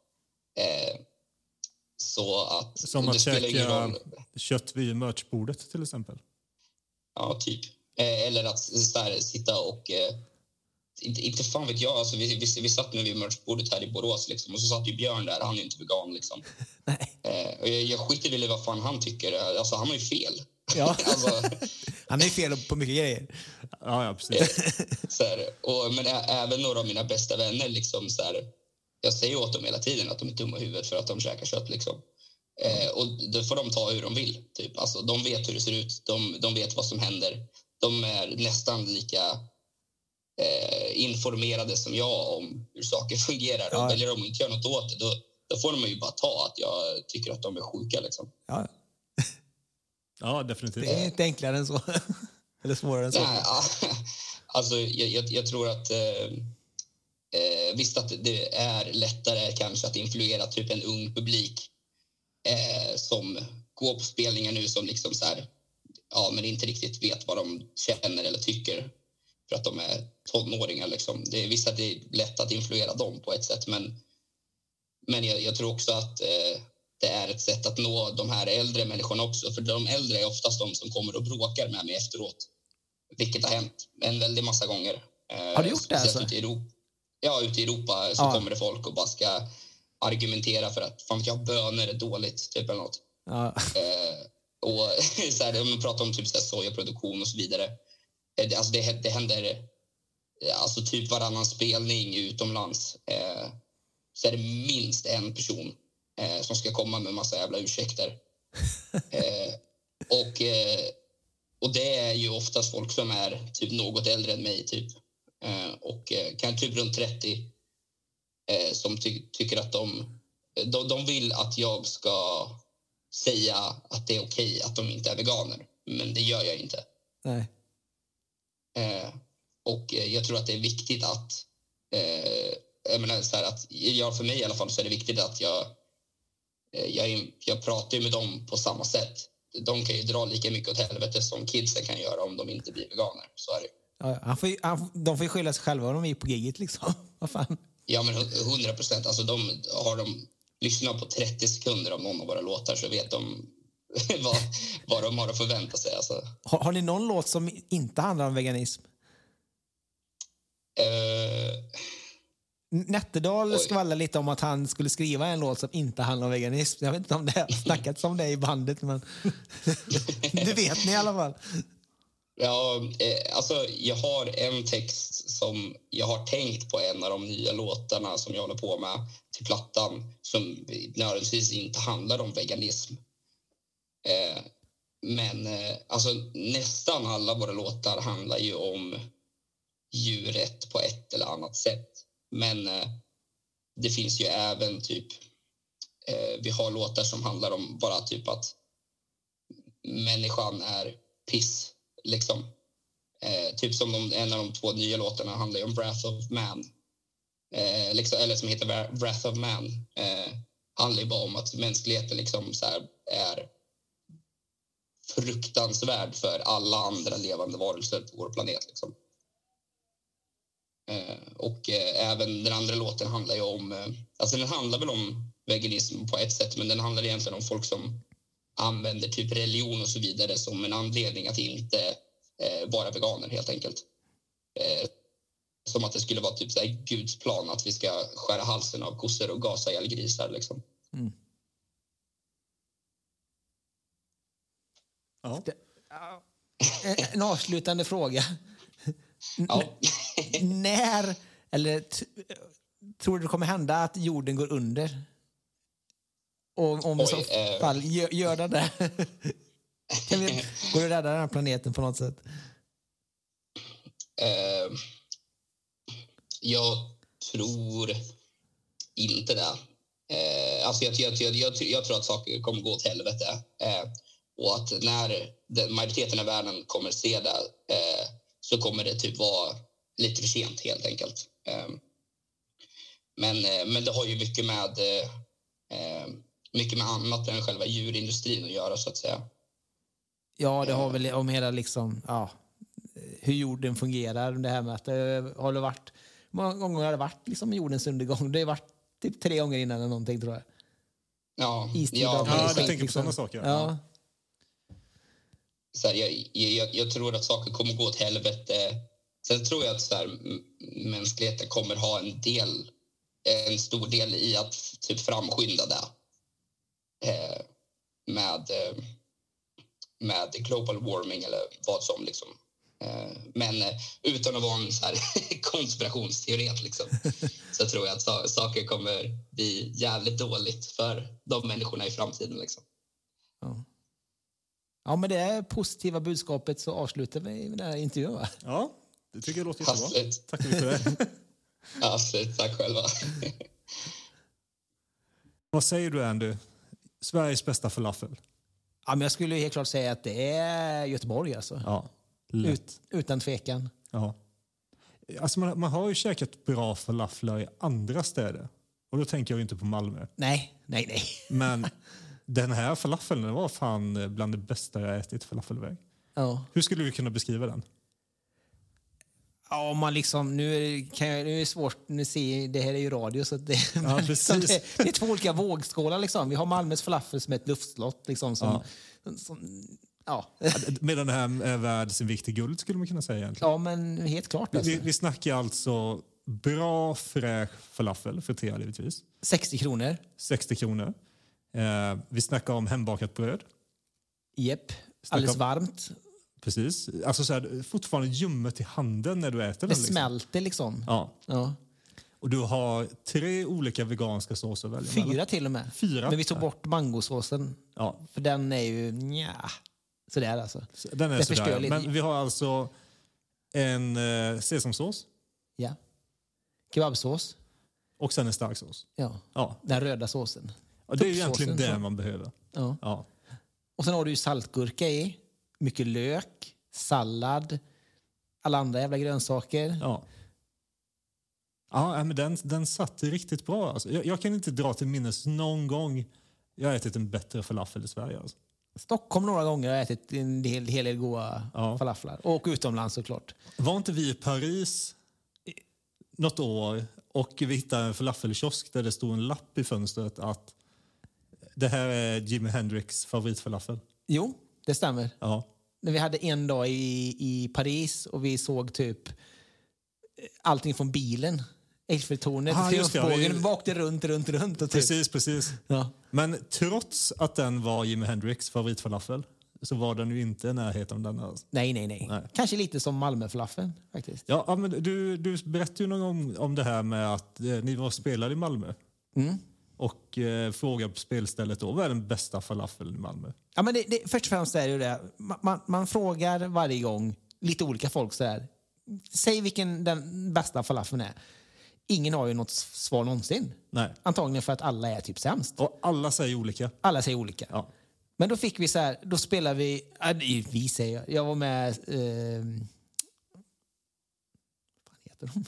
Så att som att käka kött vid merchbordet till exempel. Ja, typ. Eller att så här, sitta och inte fan vet jag, alltså, vi satt nu vid merchbordet här i Borås liksom, och så satt ju Björn där, han är ju inte vegan liksom. Nej. Och jag skiter i vad fan han tycker, alltså han har ju fel. Ja. Alltså, han är ju fel på mycket grejer. Ja, precis. Så här, men även några av mina bästa vänner liksom, så här, jag säger åt dem hela tiden att de är dumma i huvudet för att de käkar kött liksom. Och då får de ta hur de vill typ. Alltså, de vet hur det ser ut, de vet vad som händer. De är nästan lika informerade som jag om hur saker fungerar. Ja. Och väljer de inte göra något åt det, då får de ju bara ta att jag tycker att de är sjuka liksom. Ja. Ja, definitivt. Det är inte enklare än så. Eller svårare än så. Nej, alltså jag tror att visst att det är lättare kanske att influera typ en ung publik som går på spelningar nu som liksom så här, ja, men inte riktigt vet vad de känner eller tycker för att de är tonåringar liksom. Det är visst att det är lätt att influera dem på ett sätt, men jag tror också att det är ett sätt att nå de här äldre människorna också, för de äldre är oftast de som kommer och bråkar med mig efteråt, vilket har hänt en väldigt massa gånger. Har du gjort det alltså? Ute i Europa så kommer det folk och bara ska argumentera för att fan, jag bönor är dåligt typ eller något. Ja. Och så här, om man pratar om typ så här sojaproduktion och så vidare, alltså det händer alltså typ varannan spelning utomlands, så är det minst en person som ska komma med massa jävla ursäkter. Och det är ju oftast folk som är typ något äldre än mig typ, och kan typ runt 30, som tycker att de vill att jag ska säga att det är okej att de inte är veganer, men det gör jag inte. Nej. Och jag tror att det är viktigt att jag menar så här, att för mig i alla fall så är det viktigt att jag pratar med dem på samma sätt. De kan ju dra lika mycket åt helvete som kidsen kan göra om de inte blir veganer. Så är det. Ja, de får ju skylla sig själva om de är på giget liksom. Vad fan? Ja, men 100%. Alltså har de lyssnat på 30 sekunder av någon av våra låtar så vet de vad de har att förvänta sig. Alltså. Har ni någon låt som inte handlar om veganism? Nätterdal skvallrar lite om att han skulle skriva en låt som inte handlar om veganism. Jag vet inte om det har snackats om det i bandet, men det vet ni i alla fall. Ja, alltså jag har en text som jag har tänkt på en av de nya låtarna som jag håller på med till plattan som nödvändigtvis inte handlar om veganism. Men alltså nästan alla våra låtar handlar ju om djuret på ett eller annat sätt. Men det finns ju även typ vi har låtar som handlar om bara typ att människan är piss liksom. Typ som en av de 2 nya låtarna handlar ju om Wrath of Man. Liksom, eller som heter Wrath of Man. Handlar ju bara om att mänskligheten liksom så här är fruktansvärd för alla andra levande varelser på vår planet liksom. Och även den andra låten handlar ju om alltså den handlar väl om veganism på ett sätt, men den handlar egentligen om folk som använder typ religion och så vidare som en anledning att inte vara veganer helt enkelt. Som att det skulle vara typ så här Guds plan att vi ska skära halsen av kossor och gasa ihjäl grisar liksom. Mm. Ja. En avslutande fråga. Ja. När eller tror du det kommer hända att jorden går under? Och om i så fall gör det. Går det rädda den här planeten på något sätt? Jag tror inte det. Alltså jag tror att saker kommer gå åt helvete. Och att när majoriteten av världen kommer se det så kommer det typ vara lite för sent helt enkelt. Men det har ju mycket med annat än själva djurindustrin att göra så att säga. Ja, det har väl om hela liksom, ja, hur jorden fungerar. Det här med att det har varit, många gånger har det varit liksom jordens undergång. Det har varit typ 3 gånger innan eller någonting tror jag. Ja, du tänker på sådana saker. Ja. Så här, jag tror att saker kommer gå åt helvete. Sen tror jag att så här, mänskligheten kommer ha en stor del i att typ framskynda det. Med global warming eller vad som liksom. Men utan att vara en så här konspirationsteoret liksom, så tror jag att saker kommer bli jävligt dåligt för de människorna i framtiden liksom. Ja, men det är positiva budskapet så avslutar vi med den här intervjun, va? Ja, det tycker jag låter jättebra. Absolut. Tack för det. Absolut, tack själva. Vad säger du, Andy? Sveriges bästa falafel? Ja, men jag skulle helt klart säga att det är Göteborg alltså. Ja, utan tvekan. Ja. Alltså man har ju käkat bra falaflar i andra städer. Och då tänker jag inte på Malmö. Nej. Men den här falafeln var fan bland det bästa jag ätit falafelväg. Ja. Hur skulle du kunna beskriva den? Ja, om man liksom, nu är det svårt, nu ser det här är ju radio så att det, ja, precis. Det är 2 olika vågskålar liksom. Vi har Malmös falafel som är ett luftslott liksom som Medan det här är värd sin vikt i guld skulle man kunna säga egentligen. Ja, men helt klart alltså. Vi snackar alltså bra fräsch falafel för 3 givetvis. 60 kronor. 60 kronor. Vi snackar om hembakat bröd. Japp, alldeles varmt. Precis. Alltså så här, fortfarande ljummet i handen när du äter det den. Det smälter liksom. Ja. Och du har 3 olika veganska såser att välja 4 till och med. 4. Men vi tog bort mangosåsen. Ja. För den är ju sådär alltså. Den är sådär. Men vi har alltså en sesamsås. Ja. Kebabsås. Och sen en stark sås. Ja. Den röda såsen. Och det är egentligen det man behöver. Ja. Och sen har du ju saltgurka i. Mycket lök, sallad, alla andra jävla grönsaker. Ja, men den satt riktigt bra. Alltså. Jag kan inte dra till minnes någon gång jag har ätit en bättre falafel i Sverige. Alltså. Stockholm några gånger har jag ätit en hel del goda falaflar. Och utomlands såklart. Var inte vi i Paris något år och vi hittade en falafelkiosk där det stod en lapp i fönstret att det här är Jimi Hendrix favoritfalafel? Jo, det stämmer. Ja. När vi hade en dag i Paris och vi såg typ allting från bilen. Eiffeltornet, Triumfbågen, vi åkte runt. Och typ. Precis. Ja. Men trots att den var Jimi Hendrix favoritfalafel så var den ju inte i närheten av den. Alltså. Nej. Kanske lite som Malmöfalafeln faktiskt. Ja, men du berättade ju någon gång om det här med att ni var spelare i Malmö. Mm. Och frågade på spelstället då, vad är den bästa falafeln i Malmö? Ja, men det, först och främst är det ju det. Man frågar varje gång lite olika folk så här. Säg vilken den bästa falafeln är. Ingen har ju något svar någonsin. Nej. Antagligen för att alla är typ sämst. Och alla säger olika. Alla säger olika. Ja. Men då fick vi så här, då spelar vi, vi säger, jag var med, vad heter de?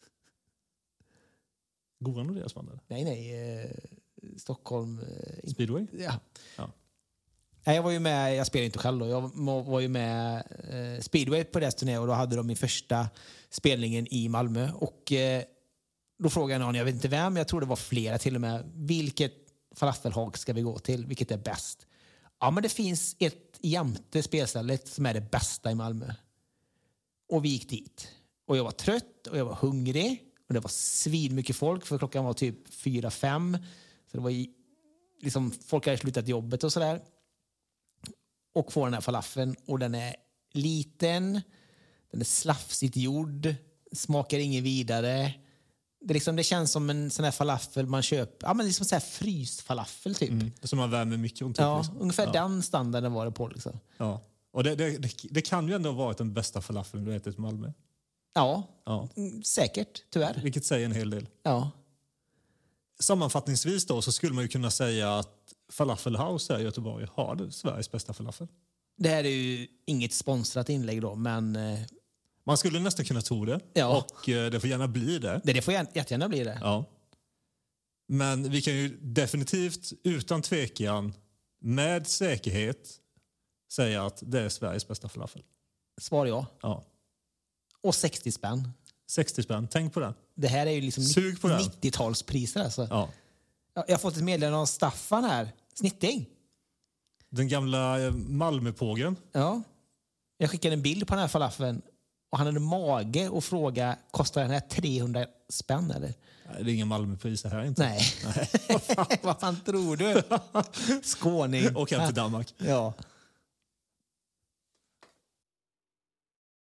Goran och deras band? Nej, Stockholm. Speedway? Ja. Nej, jag var ju med, jag spelade inte själv då, jag var ju med Speedway på deras turné och då hade de min första spelningen i Malmö och då frågade någon, jag vet inte vem, jag tror det var flera till och med, vilket falafelhag ska vi gå till, vilket är bäst? Ja, men det finns ett jämte spelstället som är det bästa i Malmö. Och vi gick dit. Och jag var trött och jag var hungrig. Och det var svin mycket folk för klockan var typ 4-5. Så det var liksom, folk hade slutat jobbet och sådär. Och får den här falafeln. Och den är liten. Den är slafsigt gjord. Smakar inget vidare. Det känns som en sån här falafel man köper. Ja, men liksom så här frysfalafel typ. Det som man värmer mikron typ. Ja, liksom. ungefär den standarden var det på liksom. Ja. Och det kan ju ändå ha varit den bästa falafeln du ätit i Malmö. Ja, säkert, tyvärr. Vilket säger en hel del. Ja. Sammanfattningsvis då så skulle man ju kunna säga att Falafel House här i Göteborg har Sveriges bästa falafel. Det här är ju inget sponsrat inlägg då, men... Man skulle nästan kunna tro det. Ja. Och det får gärna bli det. Det får jättegärna bli det. Ja. Men vi kan ju definitivt utan tvekan med säkerhet säga att det är Sveriges bästa falafel. Svar ja. Ja. Och 60 spänn. 60 spänn, tänk på det. Det här är ju liksom 90-talspriser alltså. Ja. Jag har fått ett meddelande av Staffan här. Snitting. Den gamla Malmöpågen. Ja. Jag skickade en bild på den här falafeln. Och han hade mage att fråga, kostar den här 300 spänn eller? Nej, det är ingen Malmöpriser här inte. Nej. Vad fan tror du? Skåning. Och hem till Danmark. Ja.